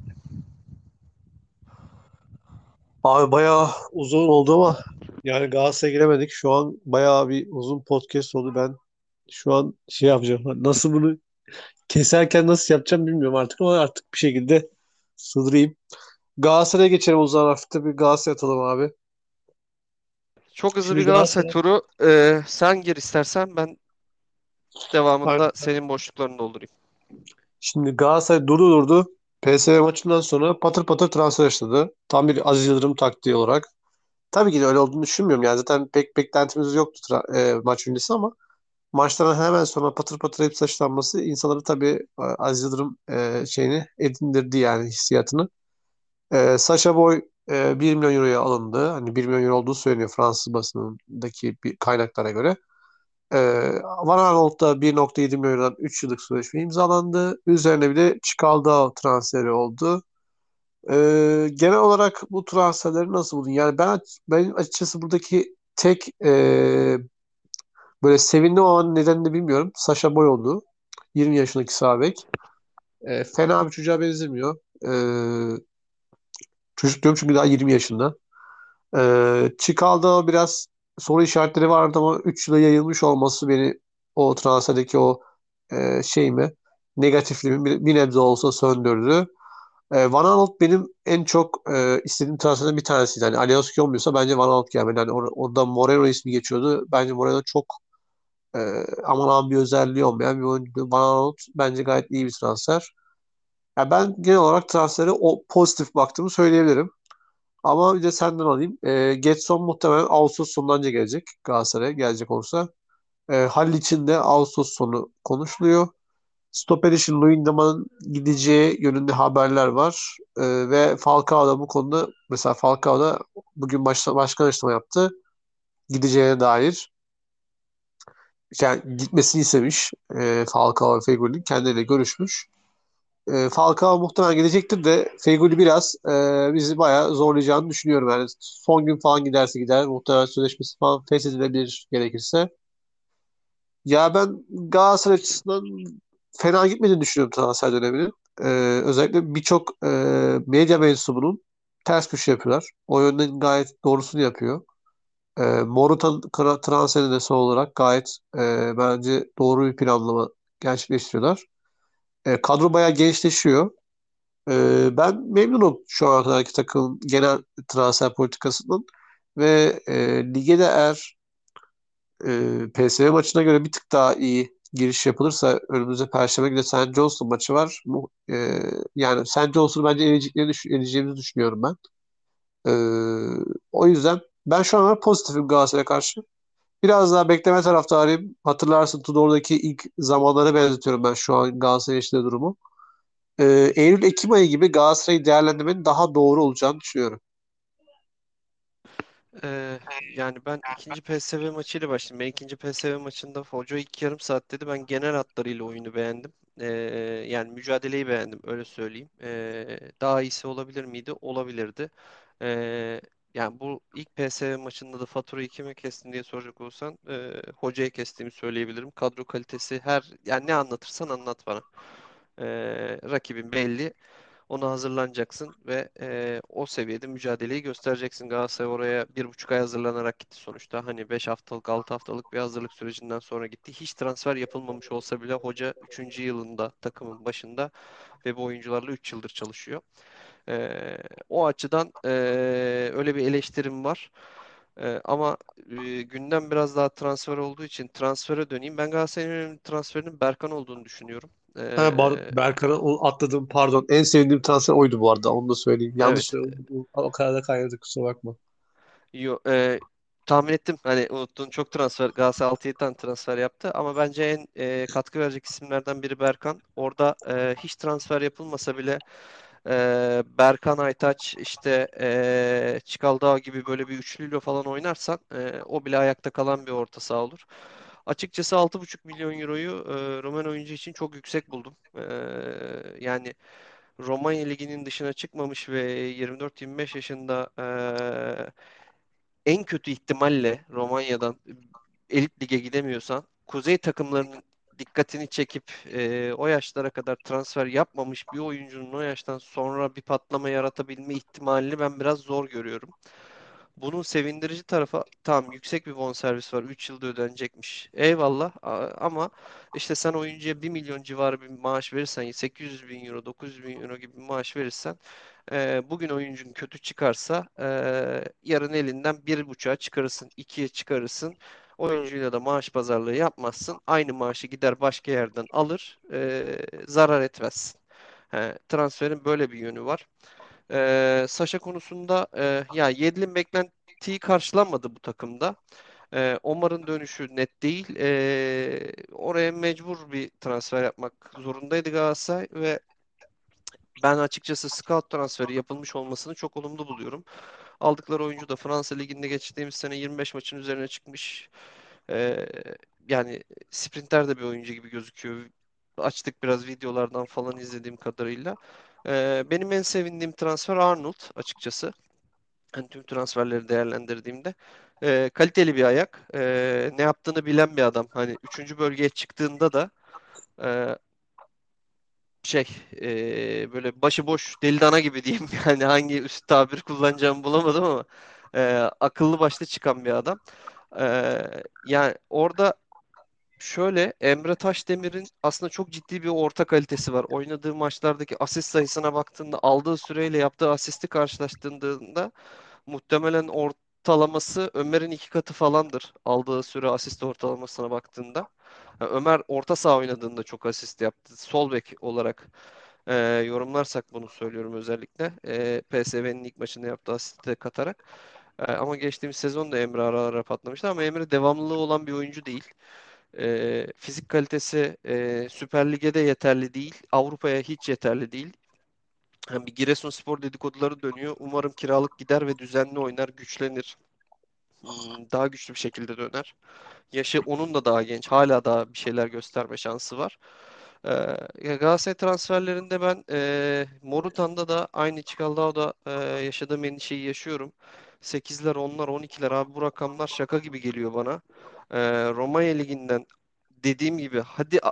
Abi bayağı uzun oldu ama yani Galatasaray'a giremedik. Şu an bayağı bir uzun podcast oldu. Ben şu an şey yapacağım. Nasıl bunu keserken nasıl yapacağım bilmiyorum artık ama artık bir şekilde sığdırayım. Galatasaray'a geçelim o zaman, hafifte bir Galatasaray atalım abi. Çok hızlı Şimdi bir Galatasaray Galatasaray, turu. Sen gir istersen, ben devamında senin boşluklarını doldurayım. şimdi Galatasaray durdu. PSV maçından sonra patır patır transfer başladı. Tam bir Aziz Yıldırım taktiği olarak. Tabii ki de öyle olduğunu düşünmüyorum. Yani zaten pek beklentimiz yoktu maç öncesi ama maçtan hemen sonra patır patır hepsi açıklanması insanları tabii Aziz Yıldırım şeyini edindirdi, yani hissiyatını. Sacha Boy 1 milyon euroya alındı. Hani 1 milyon euro olduğu söyleniyor Fransız basınındaki bir kaynaklara göre. Van Aanholt da 1,7 milyon eurodan 3 yıllık sözleşme imzalandı. Üzerine bir de Çikaldao transferi oldu. Genel olarak bu transferleri nasıl buldun? Yani benim açıkçası buradaki tek böyle sevindim olan nedenini de bilmiyorum. Sacha Boy oldu. 20 yaşındaki sağ bek. Fena bir çocuğa benzemiyor. Çocuk diyorum çünkü daha 20 yaşında. Çikal'da biraz soru işaretleri vardı ama 3 yıla yayılmış olması beni o transferdeki o şeyimi, negatifliğimi bir nebze olsa söndürdü. Van Aanholt benim en çok istediğim transferden bir tanesiydi. Yani Alioski olmuyorsa bence Van Aanholt gelmeli. Yani orada Moreno ismi geçiyordu. Bence Moreno çok e, aman aman bir özelliği olmayan bir oyuncu. Van Aanholt bence gayet iyi bir transfer. Yani ben genel olarak transfere o pozitif baktığımı söyleyebilirim. Ama bir de senden alayım. Getson muhtemelen Ağustos sonundan önce gelecek. Galatasaray'a gelecek olursa. Halil için de Ağustos sonu konuşuluyor. Stoper için Luyendama'nın gideceği yönünde haberler var. Ve Falcao da bu konuda, mesela Falcao da bugün başkan açıklama yaptı. Gideceğine dair. Yani gitmesini istemiş. Falcao ve Feghouli kendileriyle görüşmüş. Falcao muhtemelen gidecektir de Feguli biraz bizi bayağı zorlayacağını düşünüyorum. Yani son gün falan giderse gider. Muhtemelen sözleşmesi falan feshedilebilir gerekirse. Ya ben Galatasaray açısından fena gitmediğini düşünüyorum transfer döneminin. Ee, Özellikle birçok medya mensubunun ters köşe yapıyorlar. O yönden gayet doğrusunu yapıyor. Morata transferi de son olarak gayet bence doğru bir planlama gerçekleştiriyorlar. Kadro bayağı gençleşiyor. Ben memnunum şu ana kadarki takımın genel transfer politikasından ve lige de eğer PSV maçına göre bir tık daha iyi giriş yapılırsa önümüzde Perşembe günü St. Johnstone maçı var. Yani St. Johnston'u bence eleyeceğimizi düşünüyorum ben. E, O yüzden ben şu an pozitifim Galatasaray'a karşı. Biraz daha bekleme taraftarıyım. Hatırlarsın Tudor'daki ilk zamanlara benzetiyorum ben şu an Galatasaray yaşadığı durumu. Eylül-Ekim ayı gibi Galatasaray'ı değerlendirmenin daha doğru olacağını düşünüyorum. Yani ben ikinci PSV maçıyla başlayayım. Ben ikinci PSV maçında hoca ilk yarım saat dedi. Ben genel hatlarıyla oyunu beğendim. Ee, Yani mücadeleyi beğendim, öyle söyleyeyim. Daha iyisi olabilir miydi? Olabilirdi. Ee, Yani bu ilk PSV maçında da faturayı kime kestin diye soracak olsan hocaya kestiğimi söyleyebilirim. Kadro kalitesi yani ne anlatırsan anlat bana. Rakibin belli. Ona hazırlanacaksın ve o seviyede mücadeleyi göstereceksin. Galatasaray oraya 1,5 ay hazırlanarak gitti sonuçta. Hani 5 haftalık, 6 haftalık bir hazırlık sürecinden sonra gitti. Hiç transfer yapılmamış olsa bile hoca üçüncü yılında takımın başında ve bu oyuncularla 3 yıldır çalışıyor. O açıdan öyle bir eleştirim var. Ama gündem biraz daha transfer olduğu için transfere döneyim. Ben Galatasaray'ın en önemli transferinin Berkan olduğunu düşünüyorum. Berkan'a atladım, pardon. En sevdiğim transfer oydu bu arada. Onu da söyleyeyim. Yanlış Evet. söyledim. O kadar da kaynadık, kusura bakma. Yo, tahmin ettim. Hani unuttuğun çok transfer. Galatasaray 6-7 tane transfer yaptı. Ama bence en katkı verecek isimlerden biri Berkan. Orada hiç transfer yapılmasa bile Berkan, Aytaç, işte Çikaldağ gibi böyle bir üçlüyle falan oynarsan o bile ayakta kalan bir orta saha olur. Açıkçası 6,5 milyon euroyu Roman oyuncu için çok yüksek buldum. Yani Romanya Ligi'nin dışına çıkmamış ve 24-25 yaşında en kötü ihtimalle Romanya'dan elit lige gidemiyorsan kuzey takımlarının dikkatini çekip o yaşlara kadar transfer yapmamış bir oyuncunun o yaştan sonra bir patlama yaratabilme ihtimalini ben biraz zor görüyorum. Bunun sevindirici tarafı, tamam, yüksek bir bonservis var. 3 yılda ödenecekmiş. Eyvallah. Ama işte sen oyuncuya 1 milyon civarı bir maaş verirsen, 800 bin euro, 900 bin euro gibi bir maaş verirsen bugün oyuncun kötü çıkarsa yarın elinden 1,5'a çıkarırsın, 2'ye çıkarırsın. Oyuncuyla da maaş pazarlığı yapmazsın. Aynı maaşı gider başka yerden alır. Zarar etmezsin. Transferin böyle bir yönü var. Saşa konusunda ya Yedlin beklentiyi karşılanmadı bu takımda. Omar'ın dönüşü net değil. Oraya mecbur bir transfer yapmak zorundaydı Galatasaray ve ben açıkçası scout transferi yapılmış olmasını çok olumlu buluyorum. Aldıkları oyuncu da Fransa Ligi'nde geçtiğimiz sene 25 maçın üzerine çıkmış. Ee, Yani sprinter de bir oyuncu gibi gözüküyor. Açtık biraz videolardan falan izlediğim kadarıyla. Benim en sevindiğim transfer Arnold açıkçası. Hani tüm transferleri değerlendirdiğimde. Kaliteli bir ayak. Ne yaptığını bilen bir adam. Hani üçüncü bölgeye çıktığında da e, şey böyle başıboş deli dana gibi diyeyim. Yani hangi üst tabir kullanacağımı bulamadım ama e, akıllı başlı çıkan bir adam. Yani orada şöyle, Emre Taşdemir'in aslında çok ciddi bir orta kalitesi var. Oynadığı maçlardaki asist sayısına baktığında, aldığı süreyle yaptığı asisti karşılaştırdığında muhtemelen ortalaması Ömer'in 2 katı falandır. Aldığı süre asist ortalamasına baktığında. Ha, Ömer orta saha oynadığında çok asist yaptı. Sol bek olarak yorumlarsak bunu söylüyorum özellikle. PSV'nin ilk maçında yaptığı asisti de katarak. Ama geçtiğimiz sezon da Emre ara ara patlamıştı ama Emre devamlılığı olan bir oyuncu değil. Fizik kalitesi Süper Lig'e de yeterli değil. Avrupa'ya hiç yeterli değil. Yani bir Giresunspor dedikoduları dönüyor. Umarım kiralık gider ve düzenli oynar, güçlenir. Daha güçlü bir şekilde döner. Yaşı onun da daha genç. Hala daha bir şeyler gösterme şansı var. Ee, Ya Galatasaray transferlerinde ben Morutan'da da aynı Çikaldağ'da yaşadığım endişeyi yaşıyorum. 8'ler, 10'lar, 12'ler abi, bu rakamlar şaka gibi geliyor bana. Romanya Ligi'nden, dediğim gibi, hadi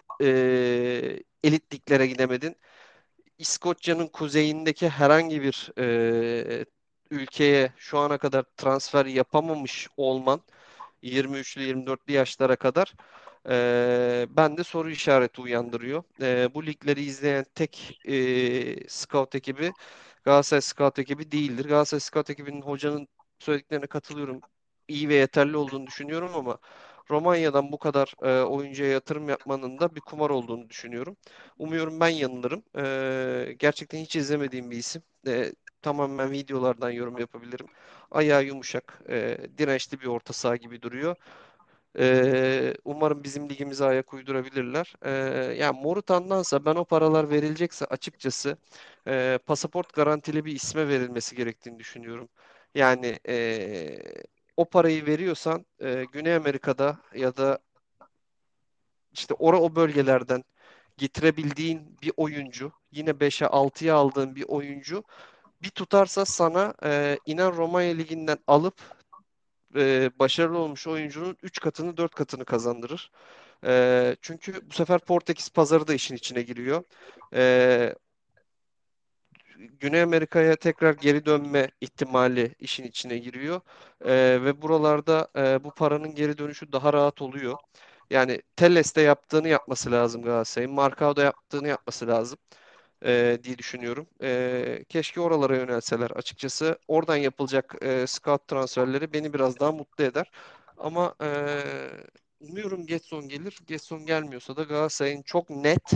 elit liglere gidemedin. İskoçya'nın kuzeyindeki herhangi bir ülkeye şu ana kadar transfer yapamamış olman, 23'lü 24'lü yaşlara kadar bende soru işareti uyandırıyor. Bu ligleri izleyen tek scout ekibi Galatasaray Scout ekibi değildir. Galatasaray Scout ekibinin, hocanın söylediklerine katılıyorum. İyi ve yeterli olduğunu düşünüyorum ama Romanya'dan bu kadar oyuncuya yatırım yapmanın da bir kumar olduğunu düşünüyorum. Umuyorum ben yanılırım. Gerçekten hiç izlemediğim bir isim. Tamamen videolardan yorum yapabilirim. Ayağı yumuşak, dirençli bir orta saha gibi duruyor. Umarım bizim ligimize ayak uydurabilirler. Yani Morutan'dansa, ben o paralar verilecekse açıkçası pasaport garantili bir isme verilmesi gerektiğini düşünüyorum. Yani o parayı veriyorsan Güney Amerika'da ya da işte o bölgelerden getirebildiğin bir oyuncu, yine 5'e 6'ya aldığın bir oyuncu bir tutarsa sana, inan Romanya Ligi'nden alıp başarılı olmuş oyuncunun 3 katını 4 katını kazandırır. Çünkü bu sefer Portekiz pazarı da işin içine giriyor. E, Güney Amerika'ya tekrar geri dönme ihtimali işin içine giriyor. Ve buralarda bu paranın geri dönüşü daha rahat oluyor. Yani Telles'te yaptığını yapması lazım Galatasaray'ın. Marcao'da yaptığını yapması lazım diye düşünüyorum. Keşke oralara yönelseler açıkçası. Oradan yapılacak scout transferleri beni biraz daha mutlu eder. Ama umuyorum Getson gelir. Getson gelmiyorsa da Galatasaray'ın çok net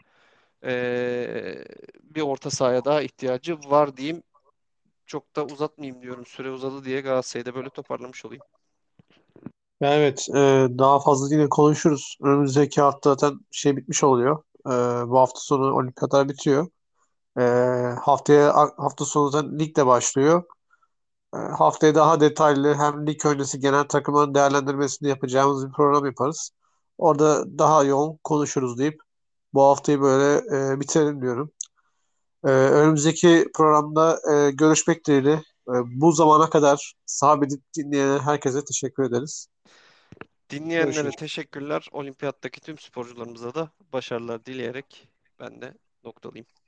bir orta sahaya daha ihtiyacı var diyeyim. Çok da uzatmayayım diyorum. Süre uzadı diye Galatasaray'ı da böyle toparlamış olayım. Yani evet, daha fazla yine konuşuruz. Önümüzdeki hafta zaten şey bitmiş oluyor. Bu hafta sonu olimpiyatlar bitiyor. E, hafta sonu zaten lig de başlıyor. Haftaya daha detaylı hem lig öncesi genel takımların değerlendirmesini yapacağımız bir program yaparız. Orada daha yoğun konuşuruz deyip bu haftayı böyle bitirelim diyorum. Önümüzdeki programda görüşmek dileğiyle. Bu zamana kadar sabit dinleyen herkese teşekkür ederiz. Dinleyenlere Görüşürüz. teşekkürler. Olimpiyattaki tüm sporcularımıza da başarılar dileyerek ben de noktalayayım.